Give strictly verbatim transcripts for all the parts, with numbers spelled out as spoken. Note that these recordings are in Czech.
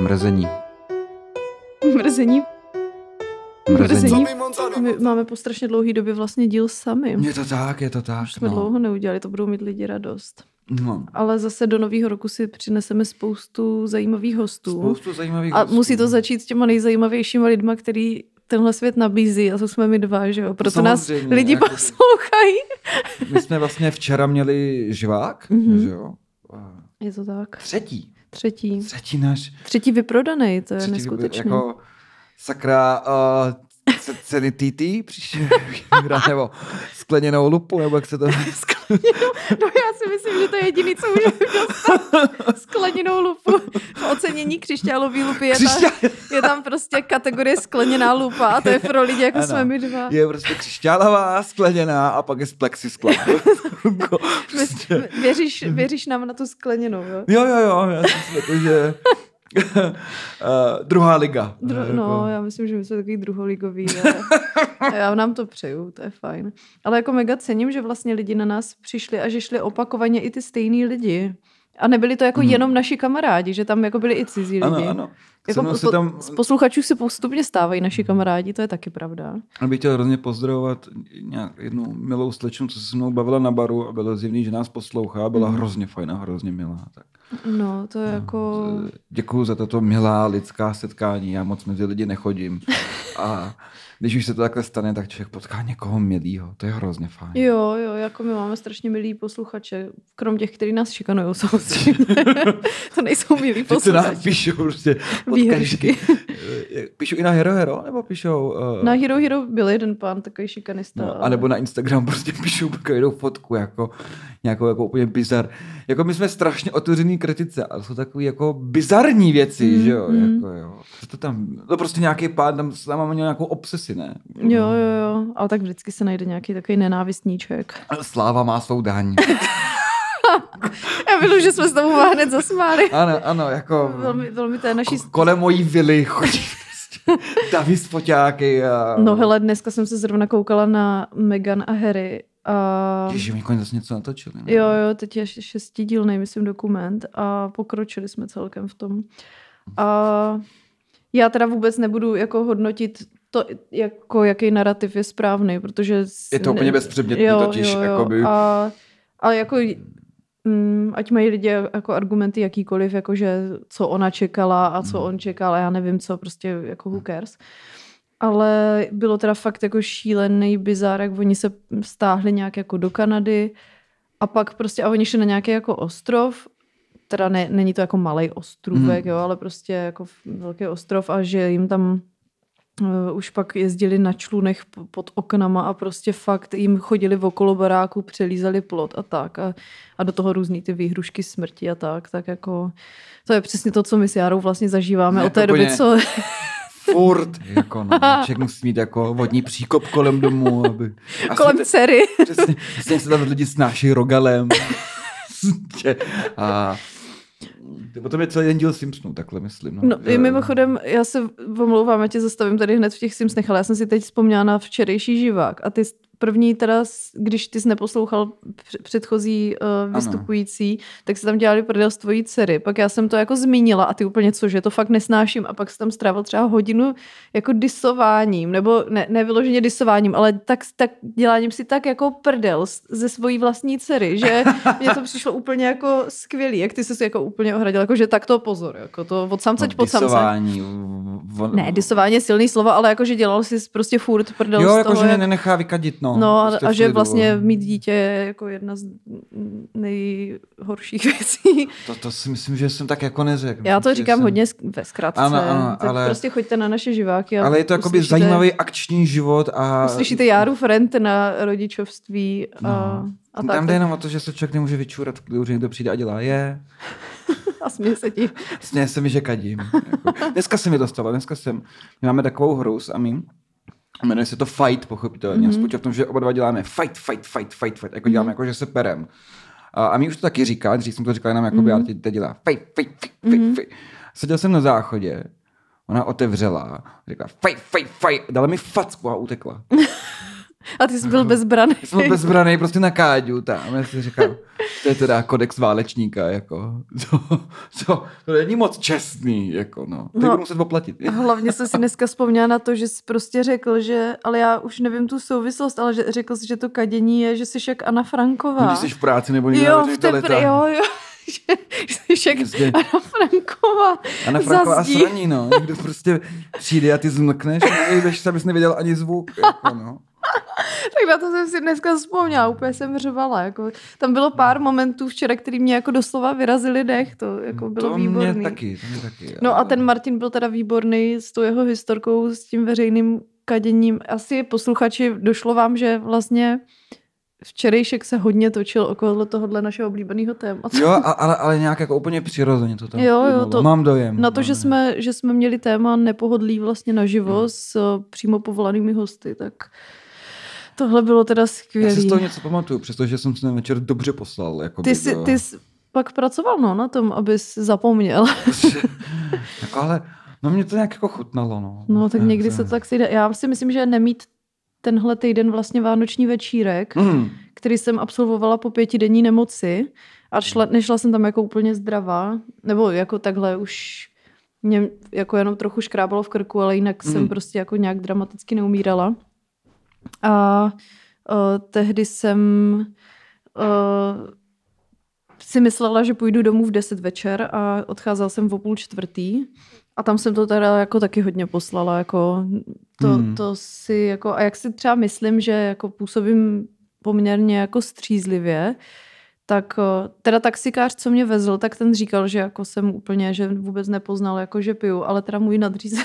Mrzení. Mrzení. Mrzení. Mrzení. My máme po strašně dlouhý době vlastně díl sami. Je to tak, je to tak. Už jsme no. dlouho neudělali, to budou mít lidi radost. No. Ale zase do nového roku si přineseme spoustu zajímavých hostů. Spoustu zajímavých A hostů. musí to začít s těma nejzajímavějšíma lidma, který tenhle svět nabízí. A to jsme my dva, že jo? Proto nás lidi jako... poslouchají. My jsme vlastně včera měli živák, mm-hmm. že jo? Je to tak. Třetí. Třetí. Třetí náš. Třetí vyprodaný, to je Třetí neskutečné. Jako sakra uh, ceny T T přišel nebo skleněnou lupu, nebo jak se to... skleněnou, no já si myslím, že to je jediný, co můžeme dostat. Skleněnou lupu. V ocenění křišťálový lupy je, Křišťál... ta, je tam prostě kategorie skleněná lupa a to je pro lidi, jako ano, jsme my dva. Je prostě křišťálová, skleněná a pak je z plexiskla. prostě. Věříš, věříš nám na tu skleněnou, jo? Jo, jo, jo, já si myslím, že... uh, druhá liga. Dru- no, já myslím, že my jsme takový druholigový. A já nám to přeju, to je fajn. Ale jako mega cením, že vlastně lidi na nás přišli a že šli opakovaně i ty stejný lidi. A nebyli to jako hmm. jenom naši kamarádi, že tam jako byli i cizí lidi. Ano, ano. Jako po, tam... Z posluchačů si postupně stávají naši kamarádi, to je taky pravda. Já bych chtěl hrozně pozdravovat nějak jednu milou slečnu, co se se mnou bavila na baru a bylo zjevný, že nás poslouchá. Byla mm. hrozně fajná, hrozně milá. Tak. No, to je no, jako... Děkuju za tato milá lidská setkání. Já moc mezi lidi nechodím. A když už se to takhle stane, tak člověk potká někoho milýho. To je hrozně fajn. Jo, jo, jako my máme strašně milý posluchače. Krom těch, kteří nás šikanujou samozřejmě. To nejsou milí posluchači. Ty nám píšou prostě výhrušky. Píšou i na Hero Hero, nebo píšou... Uh... Na Hero Hero byl jeden pán, takový šikanista. No, a nebo na Instagram prostě píšou takovou fotku, jako nějakou jako úplně bizar. Jako my jsme strašně otevřený kritice, ale jsou takový jako bizarní věci, mm, že jo? Mm. Jako, jo. To tam, to prostě nějaký pán, tam, tam máme nějakou obsesi, ne? Jo, jo, jo, ale tak vždycky se najde nějaký takový nenávistníček. Sláva má svou daň. Já miluji, že jsme s tomu hned zasmáli. Ano, ano, jako... Velmi, velmi té naší... Kolem mojí vily chodí davy spoťáky a... No hele, dneska jsem se zrovna koukala na Meghan a Harry. A... Ježi, my konec něco natočili. Ne? Jo, jo, teď je šestidílnej, myslím, dokument a pokročili jsme celkem v tom. A já teda vůbec nebudu jako hodnotit to, jako jaký narrativ je správný, protože... Je to úplně bezpředmětný totiž. Jo, jo. Jakoby. A, a jako... Mm, ať mají lidi jako argumenty jakýkoliv, jakože co ona čekala a co on čekal a já nevím co, prostě jako who cares. Ale bylo teda fakt jako šílený bizár, jak oni se stáhli nějak jako do Kanady a pak prostě a oni šli na nějaký jako ostrov, teda ne, není to jako malej ostrůvek, mm. jo, ale prostě jako velký ostrov a že jim tam Uh, už pak jezdili na člunech pod oknama a prostě fakt jim chodili okolo baráku, přelízali plot a tak a, a do toho různý ty výhrušky smrti a tak, tak jako to je přesně to, co my s Járou vlastně zažíváme ne, od té doby, co... Furt, jako no, člověk musí mít jako vodní příkop kolem domu, aby... Kolem te, dcery. Přesně, přesně se tam lidi snáší rogalem. A... Potom je celý den díl Simpsonů, takhle myslím. No, no i mimochodem, já se omlouvám, já tě zastavím tady hned v těch Simpsonech, ale já jsem si teď vzpomněla na včerejší živák a ty první teda, když ty jsi neposlouchal předchozí uh, vystupující, ano. tak se tam dělali prdel z tvojí dcery. Pak já jsem to jako zmínila a ty úplně co, že to fakt nesnáším a pak jsem tam strávil třeba hodinu jako disováním, nebo ne, ne vyloženě disováním, ale tak, tak děláním si tak jako prdel ze svojí vlastní dcery, že mně to přišlo úplně jako skvělý, jak ty jsi si jako úplně ohradil, jako že tak to pozor, jako to od samceť no, pod samceť. Disování. On... Ne, disování je silný slovo, ale jako že dělal si prostě furt prdel jo, z toho. Jo, jako že jak... mě nenechá vykadit, no. No prostě a že vlastně mít dítě je jako jedna z nejhorších věcí. To, to si myslím, že jsem tak jako neřekl. Já to říkám jsem... hodně ve zkratce. Ano, ano, ale... Prostě choďte na naše živáky. A ale je to jakoby uslyšíte... zajímavý akční život. A... Uslyšíte Járu Friend na rodičovství. A, no. a tak. Tam jde jenom o to, že se člověk nemůže vyčůrat, když někdo přijde a dělá je. A směje se ti. Směje se mi, že kadím. Jako. Dneska se mi dostalo, dneska jsem, my máme takovou hru s Amím, jmenuje se to Fight, pochopitelně. Mm-hmm. Spočívá v tom, že oba dva děláme fight, fight, fight, fight, fight. Jako děláme, mm-hmm. jako že se perem. A Amí už to taky říká, dřív jsem to říkal jenom, jako mm-hmm. já teď dělá fight, fight, fight, fight, mm-hmm. fight. Seděl jsem na záchodě, ona otevřela, říkala fight, fight, fight, dala mi facku a utekla. A ty jsi byl bezbraný. Jsem byl bezbraný prostě na káďu tam. Já si říkal, To je teda kodex válečníka, jako. To, to, to není moc čestný, jako no. Ty no, budu muset oplatit. Hlavně jsem si dneska vzpomněla na to, že jsi prostě řekl, že, ale já už nevím tu souvislost, ale že řekl jsi, že to kadění je, že jsi jak Anna Franková. No, když jsi v práci nebo někde jo, v té pr- jo, jo. Že jsi jak Anna Franková. Anna Franková a sraní, no. Někdo prostě přijde a ty zmlkneš a nejdeš, abys nevěděl ani zvuk, jako no. Tak na to jsem si dneska vzpomněla, úplně jsem řvala. Jako, tam bylo pár momentů včera, který mě jako doslova vyrazili dech, to jako bylo to výborný. Mě taky, to mě taky. No ale... a ten Martin byl teda výborný s tou jeho historkou, s tím veřejným kaděním. Asi posluchači, došlo vám, že vlastně včerejšek se hodně točil okolo tohohle našeho oblíbeného tématu. Jo, ale, ale nějak jako úplně přirozeně to tam jo, jo, to, mám dojem. Na to, že jsme, že jsme měli téma nepohodlí vlastně naživo hmm. s přímo povolanými hosty, tak tohle bylo teda skvělý. Já si z toho něco pamatuju, přestože jsem si ten večer dobře poslal. Jako ty, jsi, do... ty jsi pak pracoval no, na tom, abys zapomněl. jako, ale no mě to nějak jako chutnalo. No, no tak někdy se to tak sejde. Já si myslím, že nemít tenhle týden vlastně vánoční večírek, mm. který jsem absolvovala po pětidenní nemoci a šla, nešla jsem tam jako úplně zdravá, nebo jako takhle už mě jako jenom trochu škrábalo v krku, ale jinak mm. jsem prostě jako nějak dramaticky neumírala. A uh, tehdy jsem uh, si myslela, že půjdu domů v deset večer a odcházela jsem v půl čtvrtý. A tam jsem to teda jako taky hodně poslala. Jako to, hmm. to si jako, a jak si třeba myslím, že jako působím poměrně jako střízlivě, tak teda taxikář, co mě vezl, tak ten říkal, že jako jsem úplně, že vůbec nepoznal, jako že piju, ale teda můj nadřízený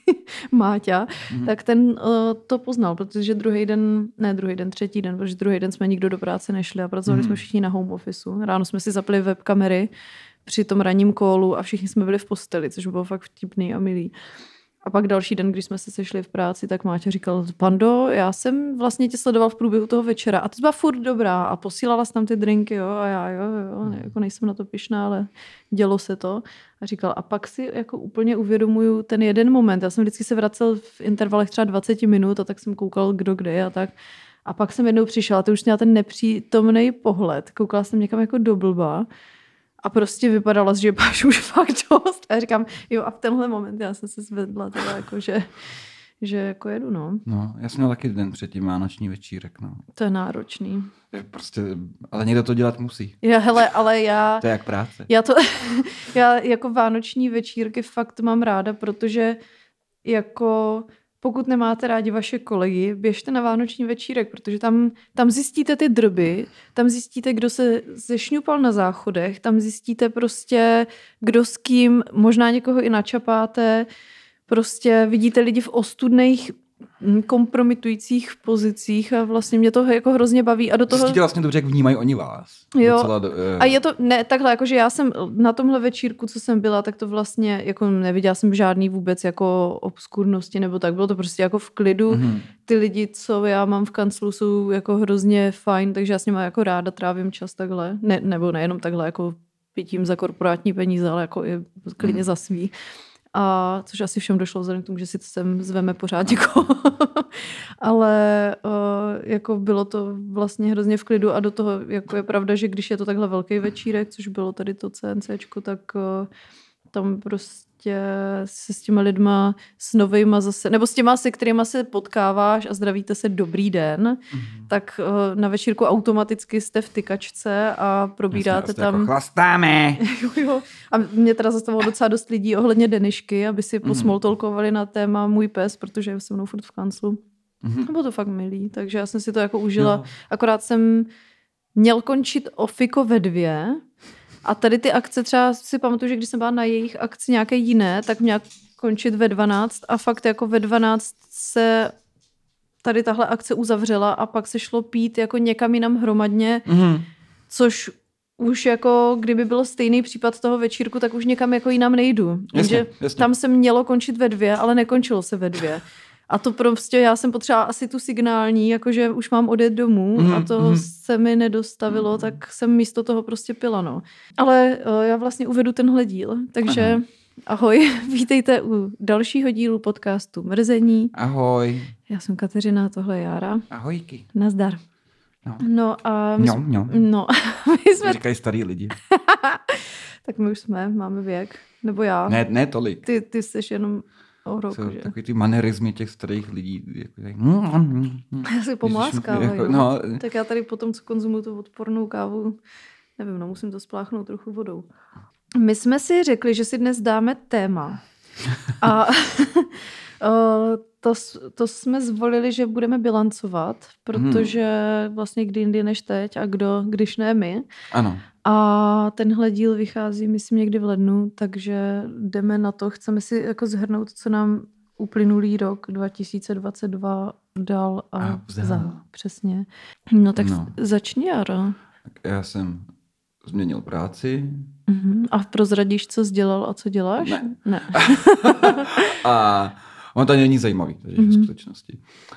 Máťa, mm. tak ten uh, to poznal, protože druhý den, ne druhý den, třetí den, protože druhý den jsme nikdo do práce nešli a pracovali mm. jsme všichni na home officeu. Ráno jsme si zapli webkamery při tom ranním kolu a všichni jsme byli v posteli, což bylo fakt vtipný a milý. A pak další den, když jsme se sešli v práci, tak Máťa říkal, Pando, já jsem vlastně tě sledoval v průběhu toho večera a to byla furt dobrá a posílala jsi tam ty drinky, jo, a já, jo, jo, ne, jako nejsem na to pyšná, ale dělo se to. A říkal, a pak si jako úplně uvědomuju ten jeden moment, já jsem vždycky se vracel v intervalech třeba dvacet minut a tak jsem koukal, kdo kde je a tak. A pak jsem jednou přišel a ty už měla ten nepřítomný pohled, koukala jsem někam jako do blba. A prostě vypadala, že máš už fakt dost. A já říkám, jo, a v tenhle moment já jsem se zvedla teda jako, že, že jako jedu, no. No, já jsem měl taky den předtím vánoční večírek, no. To je náročný. Je prostě, ale někdo to dělat musí. Já, hele, ale já... To je jak práce. Já to, já jako vánoční večírky fakt mám ráda, protože jako... Pokud nemáte rádi vaše kolegy, běžte na vánoční večírek, protože tam, tam zjistíte ty drby, tam zjistíte, kdo se zešňupal na záchodech, tam zjistíte prostě, kdo s kým, možná někoho i načapáte, prostě vidíte lidi v ostudných kompromitujících pozicích a vlastně mě to jako hrozně baví. A do toho... Zjistíte vlastně dobře, jak vnímají oni vás. Jo, do... a je to, ne, takhle, jakože já jsem na tomhle večírku, co jsem byla, tak to vlastně, jako neviděla jsem žádný vůbec jako obskurnosti, nebo tak, bylo to prostě jako v klidu. Mm-hmm. Ty lidi, co já mám v kanclu, jsou jako hrozně fajn, takže já s nimi jako ráda trávím čas takhle, ne, nebo nejenom takhle, jako pitím za korporátní peníze, ale jako i klidně mm. za svý. A což asi všem došlo vzhledem k tomu, že si sem zveme pořád někoho. Ale uh, jako bylo to vlastně hrozně v klidu a do toho jako je pravda, že když je to takhle velký večírek, což bylo tady to CNCčko, tak uh, tam prostě se s těma lidma, s novejma zase, nebo s těma, se kterýma se potkáváš a zdravíte se dobrý den, mm-hmm. tak uh, na večírku automaticky jste v tykačce a probíráte tam... Jako chlastáme! jo, jo. A mě teda zastavilo docela dost lidí ohledně Denišky, aby si mm-hmm. posmoltolkovali na téma můj pes, protože je se mnou furt v kanclu. Mm-hmm. Bylo to fakt milý, takže já jsem si to jako užila. Jo. Akorát jsem měl končit ofiko ve dvě. A tady ty akce třeba si pamatuju, že když jsem byla na jejich akci nějaké jiné, tak měla končit ve dvanáct a fakt jako ve dvanáct se tady tahle akce uzavřela a pak se šlo pít jako někam jinam hromadně, mm. což už jako kdyby byl stejný případ toho večírku, tak už někam jako jinam nejdu. Jasně, jasně. Tam se mělo končit ve dvě, ale nekončilo se ve dvě. A to prostě já jsem potřebovala asi tu signální, jakože už mám odjet domů mm, a to mm. se mi nedostavilo, mm. tak jsem místo toho prostě pila, no. Ale uh, já vlastně uvedu tenhle díl, takže Aha. ahoj, vítejte u dalšího dílu podcastu Mrzení. Ahoj. Já jsem Kateřina, tohle je Jára. Ahojky. Nazdar. No, no a my, no, jsme, no. no, my jsme... Říkají starý lidi. Tak my už jsme, máme věk. Nebo já. Ne, ne tolik. Ty, ty jsi jenom o rok, Jsou že? takový ty manerizmy těch starých lidí. Jako tak, Já si pomláskávají. jako, no. no. Tak já tady potom, co konzumuju tu odpornou kávu, nevím, no musím to spláchnout trochu vodou. My jsme si řekli, že si dnes dáme téma. A to, to jsme zvolili, že budeme bilancovat, protože vlastně kdy jindy než teď a kdo, když ne my. Ano. A tenhle díl vychází, myslím, někdy v lednu, takže jdeme na to. Chceme si jako zhrnout, co nám uplynulý rok dva tisíce dvacet dva dal a, a vzal. Přesně. No tak no. Začni, Jaro. Já jsem změnil práci. Uh-huh. A prozradíš, co jsi dělal a co děláš? Ne. ne. A on to není zajímavý, takže uh-huh. v skutečnosti.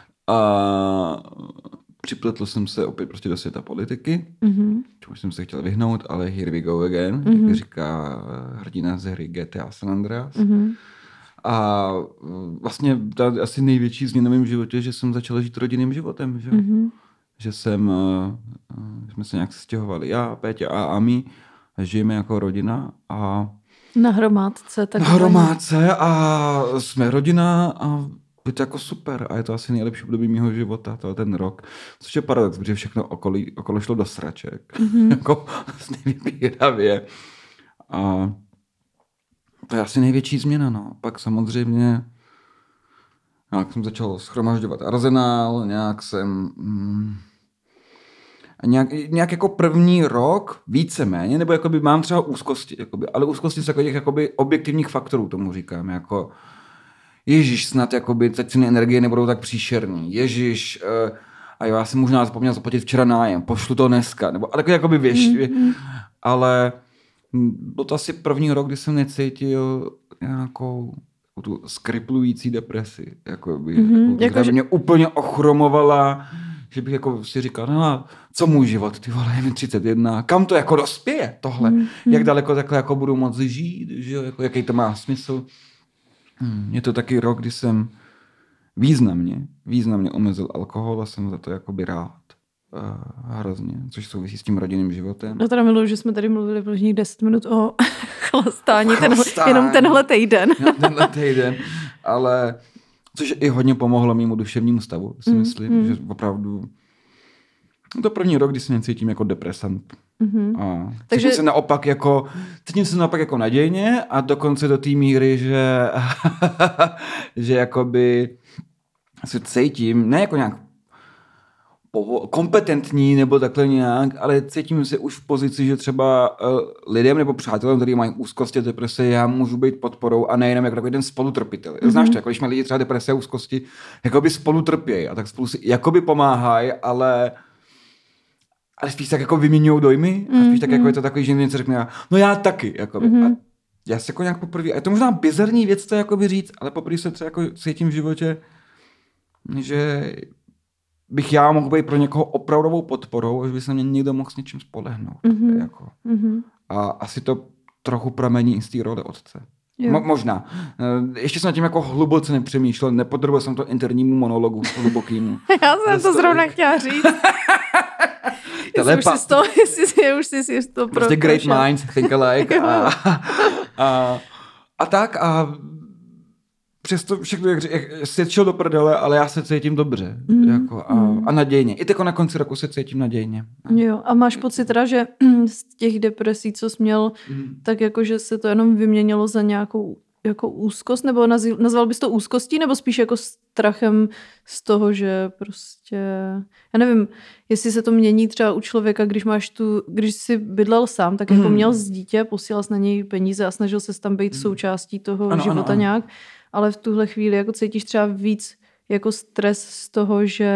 A připletl jsem se opět prostě do světa politiky, uh-huh. čemu jsem se chtěl vyhnout, ale here we go again, uh-huh. jak říká hrdina ze hry G T A San Andreas. Uh-huh. A vlastně ta asi největší změna v mém životě, že jsem začal žít rodinným životem, že, uh-huh. že jsem, jsme se nějak stěhovali já, Pétě a Ami, a žijeme jako rodina a na hromádce. Tak na hromádce a jsme rodina a je to jako super a je to asi nejlepší období mého života, to je ten rok. Což je paradox, protože všechno okolo, okolo šlo do sraček. Mm-hmm. jako nejvybíravě. A to je asi největší změna, no. Pak samozřejmě nějak jsem začal shromažďovat arzenál, nějak jsem... Mm, Nějak, nějak jako první rok, víceméně, nebo jakoby mám třeba úzkosti, jakoby, ale úzkosti z takových jakoby objektivních faktorů, tomu říkám, jako ježiš, snad jakoby teď ceny energie nebudou tak příšerný, ježiš, uh, a jo, já jsem možná zapomněl zaplatit včera nájem, pošlu to dneska, nebo a takový jakoby věš, mm-hmm. ale byl to asi první rok, kdy jsem necítil nějakou tu skriplující depresi, jakoby, mm-hmm. jako, která by mě úplně ochromovala, že bych jako si říkal, no co můj život, ty vole, je mi třicet jedna, kam to jako dospěje tohle, mm, mm. jak daleko takhle jako budu moc žít, že jako, jaký to má smysl. Hmm, je to taky rok, kdy jsem významně, významně omezil alkohol a jsem za to jakoby rád. Uh, hrozně, což souvisí s tím rodinným životem. No teda miluji, že jsme tady mluvili prvních deset minut o chlastání, chlastání. Ten, jenom tenhle týden. tenhle týden, ale což i hodně pomohlo mému duševnímu stavu, si mm, myslím, mm. že opravdu to první rok, kdy se necítím jako depresant. Mm-hmm. A Takže... cítím se naopak jako, cítím se naopak jako nadějně a dokonce do té míry, že že jakoby se cítím, ne jako nějak kompetentní nebo takhle nějak, ale cítím se už v pozici, že třeba uh, lidem nebo přátelům, kteří mají úzkosti, deprese, já můžu být podporou a nejenom jako jeden spolutrpitel. Mm-hmm. Znáš to, jako když mají lidi třeba deprese a úzkosti, jakoby spolu trpějí a tak spolu si jakoby pomáhají, ale ale spíš tak jako vyměňují dojmy a spíš mm-hmm. tak jako je to takový, že něco řekne, no já taky, jakoby. Mm-hmm. A já se jako nějak poprvé, a je to možná bizarní věc to jakoby říct, ale poprvé se třeba jako cítím v životě, že bych já mohl být pro někoho opravdovou podporou, že by se mě někdo mohl s něčím spolehnout. Mm-hmm. Jako. Mm-hmm. A asi to trochu pramení i z té role otce. Mo- možná. Ještě jsem nad tím jako hluboce nepřemýšlel, nepodrobil jsem to internímu monologu hlubokýmu. Já jsem to zrovna chtěla říct. Jestli už si to, jestli už si si to prostě great minds think alike. a, a, a tak a přesto všechno, jak, jak svět šel do prdele, ale já se cítím dobře. Mm, jako, a, mm. a nadějně. I tako na konci roku se cítím nadějně. Jo, a máš pocit teda, že z těch depresí, co jsi měl, mm. tak jako, že se to jenom vyměnilo za nějakou jako úzkost, nebo nazval, nazval bys to úzkostí, nebo spíš jako strachem z toho, že prostě, já nevím, jestli se to mění třeba u člověka, když máš tu, když jsi bydlel sám, tak jako mm. měl z dítě, posílal na něj peníze a snažil se tam být mm. součástí toho ano, života ano, ano. nějak, ale v tuhle chvíli jako cítíš třeba víc jako stres z toho, že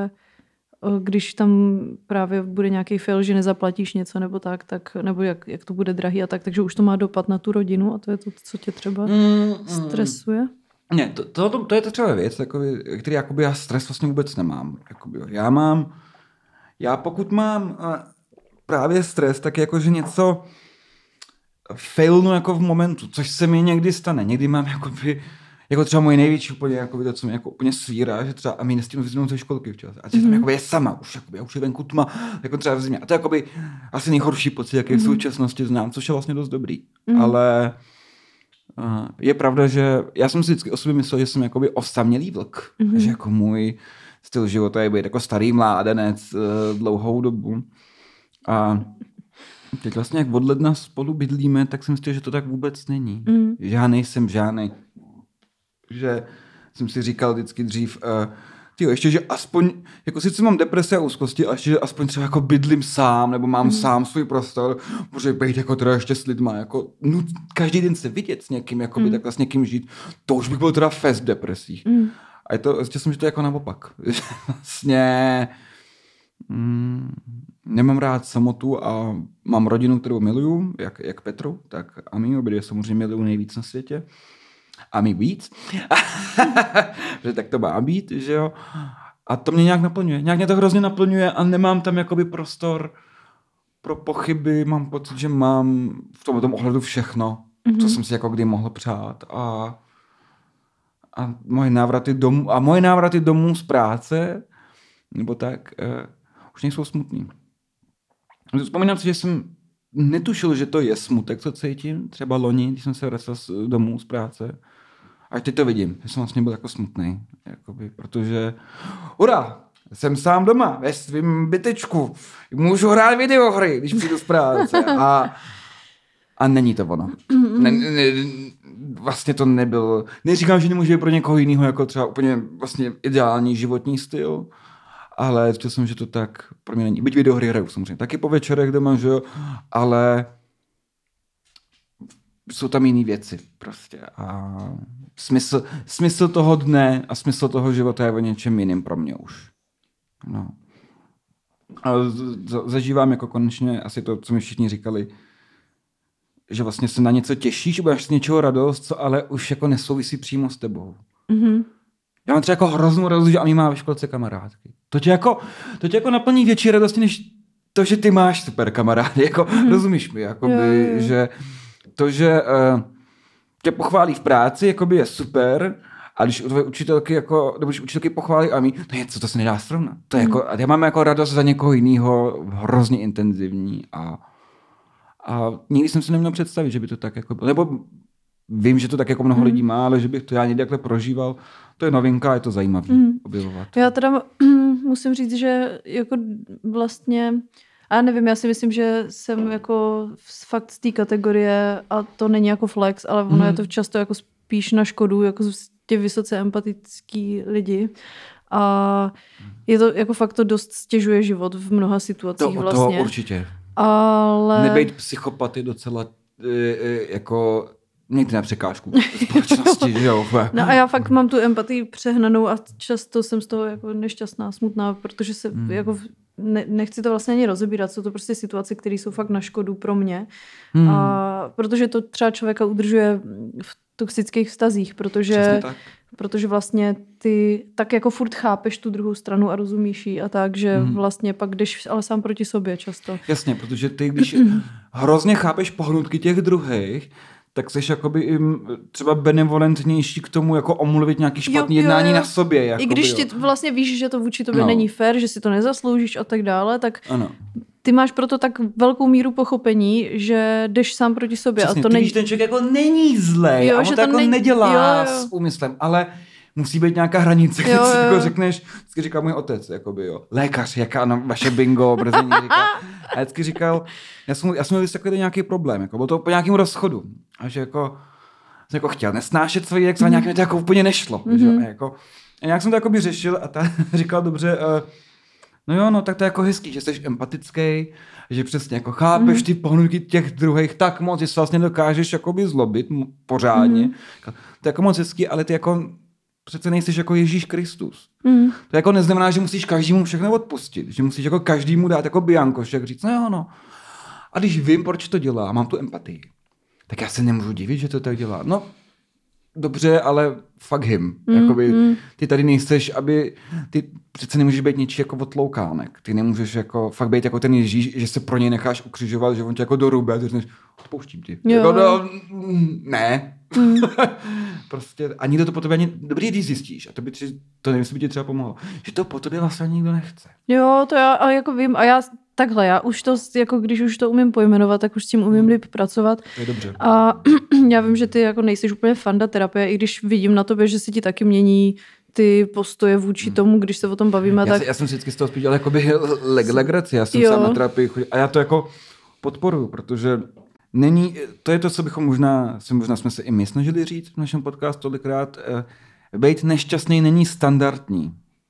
když tam právě bude nějaký fail, že nezaplatíš něco nebo tak, tak nebo jak, jak to bude drahý a tak, takže už to má dopad na tu rodinu a to je to, co tě třeba mm, stresuje. Ne, to, to, to, to je to třeba věc, takový, který jakoby já stres vlastně vůbec nemám. Jakoby, já mám, já pokud mám právě stres, tak jakože něco failnu jako v momentu, což se mi někdy stane. Někdy mám jakoby jako třeba moje největší úplně, jako to, co mě jako úplně svírá, že třeba a my nestihnu vyzvinout ze školky včas. A že tam jako je sama, už jakoby, já už je venku tma, jako třeba v zimě. A to je jakoby asi nejhorší pocit, jaký mm-hmm. v současnosti znám, což je vlastně dost dobrý. Mm-hmm. Ale uh, je pravda, že já jsem si vždycky o sobě myslel, že jsem jakoby osamělý vlk. Mm-hmm. Že jako můj styl života je být jako starý mládenec uh, dlouhou dobu. A teď vlastně, jak od ledna spolu bydlíme, tak jsem myslel, že to tak vůbec není. Mm. Že já nejsem žádnej. Že jsem si říkal vždycky dřív, uh, tyjo, ještě, že aspoň, jako sice mám deprese a úzkosti, a ještě, že aspoň třeba jako bydlím sám, nebo mám mm. sám svůj prostor, může být jako teda ještě s lidma, jako no, každý den se vidět s někým, jako by mm. takhle s někým žít, to už bych byl teda fest v depresích. Mm. A je to, ještě jsem, že to je jako naopak. Vlastně mm, nemám rád samotu a mám rodinu, kterou miluju, jak, jak Petru, tak Ami, obě samozřejmě miluju nejvíc na světě. Ami víc. Že tak to má být, že jo. A to mě nějak naplňuje. Nějak mě to hrozně naplňuje a nemám tam jakoby prostor pro pochyby. Mám pocit, že mám v tom, tom ohledu všechno, mm-hmm. co jsem si jako kdy mohl přát. A, a moje návraty domů, a moje návraty domů z práce, nebo tak, uh, už nejsou smutný. Vzpomínám si, že jsem netušil, že to je smutek, co cítím. Třeba loni, když jsem se vracel domů z práce. Až teď to vidím, že jsem vlastně byl jako smutný. Jakoby, protože hurá, jsem sám doma, ve svým bytečku. Můžu hrát videohry, když přijdu z práce. A, a není to ono. Ne, ne, vlastně to nebyl. Neříkám, že nemůže být pro někoho jiného jako třeba úplně vlastně ideální životní styl. Ale říkal jsem, že to tak pro mě není. Byť videohry hraju samozřejmě. Taky po večerech doma, že jo, ale jsou tam jiné věci prostě. A smysl, smysl toho dne a smysl toho života je o něčem jiným pro mě už. No. A zažívám jako konečně asi to, co mi všichni říkali, že vlastně se na něco těšíš, budeš z něčeho radost, co ale už jako nesouvisí přímo s tebou. Mm-hmm. Já mám třeba jako hroznou radost, že Ami má ve školce kamarádky. To tě jako, to tě jako naplní větší radosti, než to, že ty máš super kamarády. Jako, mm. Rozumíš mi? Jakoby, jo, jo. Že to, že uh, tě pochválí v práci, jakoby je super, a když tvoje učitelky, jako, nebo když učitelky pochválí Ami, no je, co to se nedá srovnat. To je mm. jako, já mám jako radost za někoho jiného hrozně intenzivní a, a nikdy jsem si neměl představit, že by to tak jako bylo. Nebo vím, že to tak jako mnoho mm. lidí má, ale že bych to já někdy takhle prožíval, to je novinka, je to zajímavé mm. objevovat. Já teda musím říct, že jako vlastně, a nevím, já si myslím, že jsem jako fakt z té kategorie, a to není jako flex, ale ono mm. je to často jako spíš na škodu, jako ty vysoce empatický lidi. A je to jako fakt to dost stěžuje život v mnoha situacích to, vlastně. To určitě. Ale... Nebejt psychopat je docela jako někdy na překážku společnosti, že jo. No a já fakt mám tu empatii přehnanou a často jsem z toho jako nešťastná, smutná, protože se hmm. jako ne, nechci to vlastně ani rozebírat, jsou to prostě situace, které jsou fakt na škodu pro mě. Hmm. A protože to třeba člověka udržuje v toxických vztazích, protože, protože vlastně ty tak jako furt chápeš tu druhou stranu a rozumíš jí a tak, že hmm. vlastně pak jdeš ale sám proti sobě často. Jasně, protože ty, když hrozně chápeš pohnutky těch druhých, tak jsi jakoby i třeba benevolentnější k tomu, jako omluvit nějaký špatný jo, jednání jo, jo. na sobě. Jakoby, I když jo. ti vlastně víš, že to vůči tobě no. není fér, že si to nezasloužíš a tak dále, tak ano. ty máš proto tak velkou míru pochopení, že jdeš sám proti sobě. Přesně, a to ty není... víš, ten člověk jako není zlej jo, a on to, to jako ne... nedělá jo, jo. s úmyslem, ale musí být nějaká hranice, když si jako řekneš, vždycky říkal můj otec, jakoby, jo, lékař, jaká no, vaše bingo, brzení říká. A vždycky říkal, já jsem, já jsem měl takový nějaký problém, jako, bylo to po nějakém rozchodu. A že jako, jsem jako chtěl nesnášet svůj ex, ale nějak mi to jako úplně nešlo. Mm-hmm. Že? A, jako, a nějak jsem to jakoby řešil a ta říkal dobře, uh, no jo, no tak to je jako hezký, že jsi empatický, že přesně jako chápeš mm-hmm. ty pohnutky těch druhých tak moc, že se vlastně dokážeš jakoby zlobit pořádně. Mm-hmm. To je jako moc hezký, ale ty jako přece nejsi jako Ježíš Kristus. Mm. To jako neznamená, že musíš každému všechno odpustit, že musíš jako každému dát jako biankošek, říct, no jo, no. A když vím, proč to dělá, mám tu empatii, tak já se nemůžu divit, že to tak dělá. No, dobře, ale fuck him. Mm, Jakoby, mm. ty tady nejseš, aby, ty přece nemůžeš být něčí jako otloukánek. Ty nemůžeš jako fakt být jako ten Ježíš, že se pro něj necháš ukřižovat, že on tě jako dorube a ty řekneš, odpouštím ti. Jako, no, ne. Mm. Prostě a nikdo to po tobě ani, dobrý, když zjistíš, a to by, tři, to nevím, jestli by ti třeba pomohlo, že to po tobě vlastně nikdo nechce. Jo, to já a jako vím, a já takhle, já už to, jako když už to umím pojmenovat, tak už s tím umím líp pracovat. To je dobře. A já vím, že ty jako nejsiš úplně fanda terapie, i když vidím na tobě, že se ti taky mění ty postoje vůči tomu, když se o tom bavíme. Já, tak... se, já jsem vždycky z toho spíš dělal jakoby leg, legraci, já jsem jo. sám na terapii chodil a já to jako podporuju, protože není, to je to, co bychom možná, možná jsme se i my snažili říct v našem podcastu tolikrát, být nešťastný není standardní.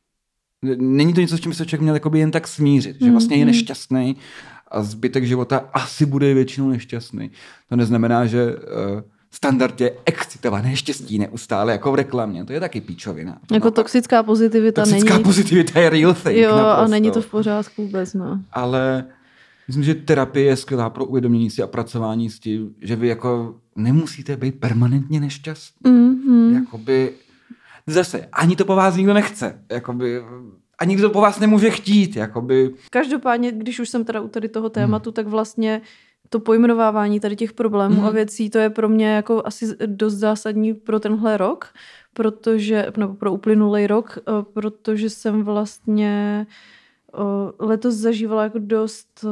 Není to něco, s čím se člověk měl jakoby jen tak smířit, že vlastně je nešťastný a zbytek života asi bude většinou nešťastný. To neznamená, že uh, standard je excitované štěstí neustále, jako v reklamě. To je taky píčovina. Jako toxická pozitivita toxická není... Toxická pozitivita je real thing. Jo, naprosto. A není to v pořádku vůbec, no. Ale myslím, že terapie je skvělá pro uvědomění si a pracování s tím, že vy jako nemusíte být permanentně nešťastní. Mm-hmm. Jakoby zase, ani to po vás nikdo nechce. Jakoby, a nikdo to po vás nemůže chtít. Jakoby. Každopádně, když už jsem teda u tady toho tématu, hmm. tak vlastně to pojmenovávání tady těch problémů hmm. a věcí, to je pro mě jako asi dost zásadní pro tenhle rok, protože, nebo pro uplynulý rok, protože jsem vlastně letos zažívala jako dost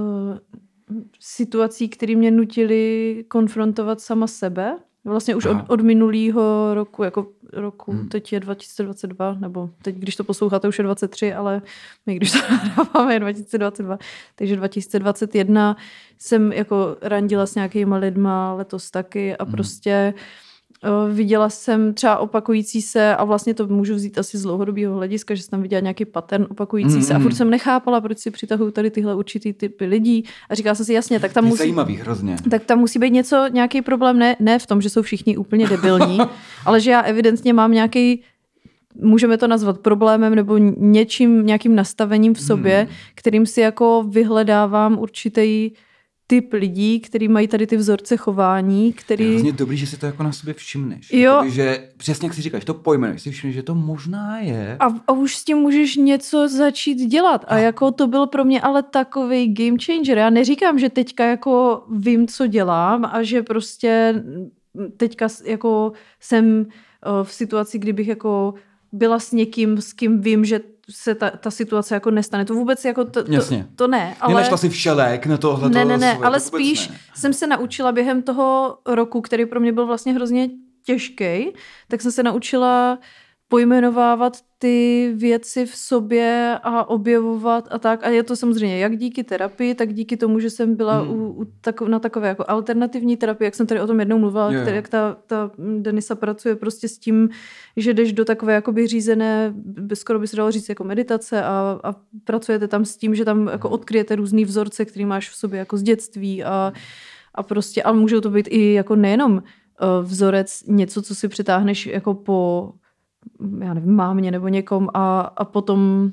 situací, které mě nutily konfrontovat sama sebe. Vlastně už od, od minulého roku, jako roku, hmm. teď je dva tisíce dvacet dva, nebo teď, když to posloucháte, už je dvacet tři, ale my, když to nahráváme, je dva tisíce dvacet dva. Takže dva tisíce dvacet jedna jsem jako randila s nějakýma lidma letos taky a hmm. prostě uh, viděla jsem třeba opakující se, a vlastně to můžu vzít asi z dlouhodobého hlediska, že jsem tam viděla nějaký pattern opakující hmm. se a furt jsem nechápala, proč si přitahují tady tyhle určitý typy lidí a říkala jsem si jasně, tak tam musí... Zajímavý hrozně. Tak tam musí být něco, nějaký problém, ne, ne v tom, že jsou všichni úplně debilní, ale že já evidentně mám nějaký, můžeme to nazvat problémem nebo něčím, nějakým nastavením v sobě, hmm. kterým si jako vyhledávám určitý typ lidí, který mají tady ty vzorce chování, který... Je hrozně dobrý, že si to jako na sobě všimneš. Jo. Jakoby, že přesně jak si říkáš, to pojmenuješ, si všimneš, že to možná je. A, a už s tím můžeš něco začít dělat. A jako to byl pro mě ale takovej game changer. Já neříkám, že teďka jako vím, co dělám a že prostě teďka jako jsem v situaci, kdybych jako byla s někým, s kým vím, že se ta, ta situace jako nestane. To vůbec jako to, to, to ne. Ale... Nenašla si všelek na tohle. Ne, ne, ne, svoje, ale to spíš ne. jsem se naučila během toho roku, který pro mě byl vlastně hrozně těžký, tak jsem se naučila pojmenovávat ty věci v sobě a objevovat a tak. A je to samozřejmě jak díky terapii, tak díky tomu, že jsem byla hmm. u, u tako, na takové jako alternativní terapii, jak jsem tady o tom jednou mluvila, yeah. který, jak ta, ta Denisa pracuje prostě s tím, že jdeš do takové jakoby řízené, skoro by se dalo říct jako meditace a, a pracujete tam s tím, že tam jako odkryjete různý vzorce, který máš v sobě jako z dětství a, a prostě, ale můžou to být i jako nejenom uh, vzorec, něco, co si přitáhneš jako po já nevím, mámě nebo někom a, a potom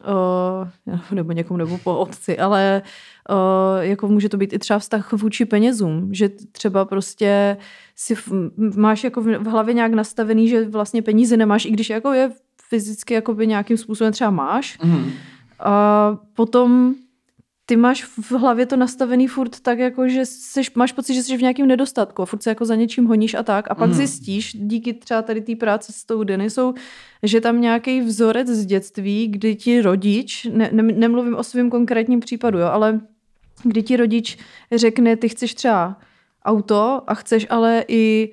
uh, nebo někomu nebo po otci, ale uh, jako může to být i třeba vztah vůči penězům, že třeba prostě si v, máš jako v hlavě nějak nastavený, že vlastně peníze nemáš, i když jako je fyzicky jakoby nějakým způsobem třeba máš. Mm. A potom ty máš v hlavě to nastavený furt tak, jako, že seš, máš pocit, že jsi v nějakém nedostatku a furt se jako za něčím honíš a tak. A pak mm. zjistíš, díky třeba tady té práce s tou Denisou, že tam nějaký vzorec z dětství, kdy ti rodič, ne, ne, nemluvím o svém konkrétním případu, jo, ale kdy ti rodič řekne, ty chceš třeba auto a chceš ale i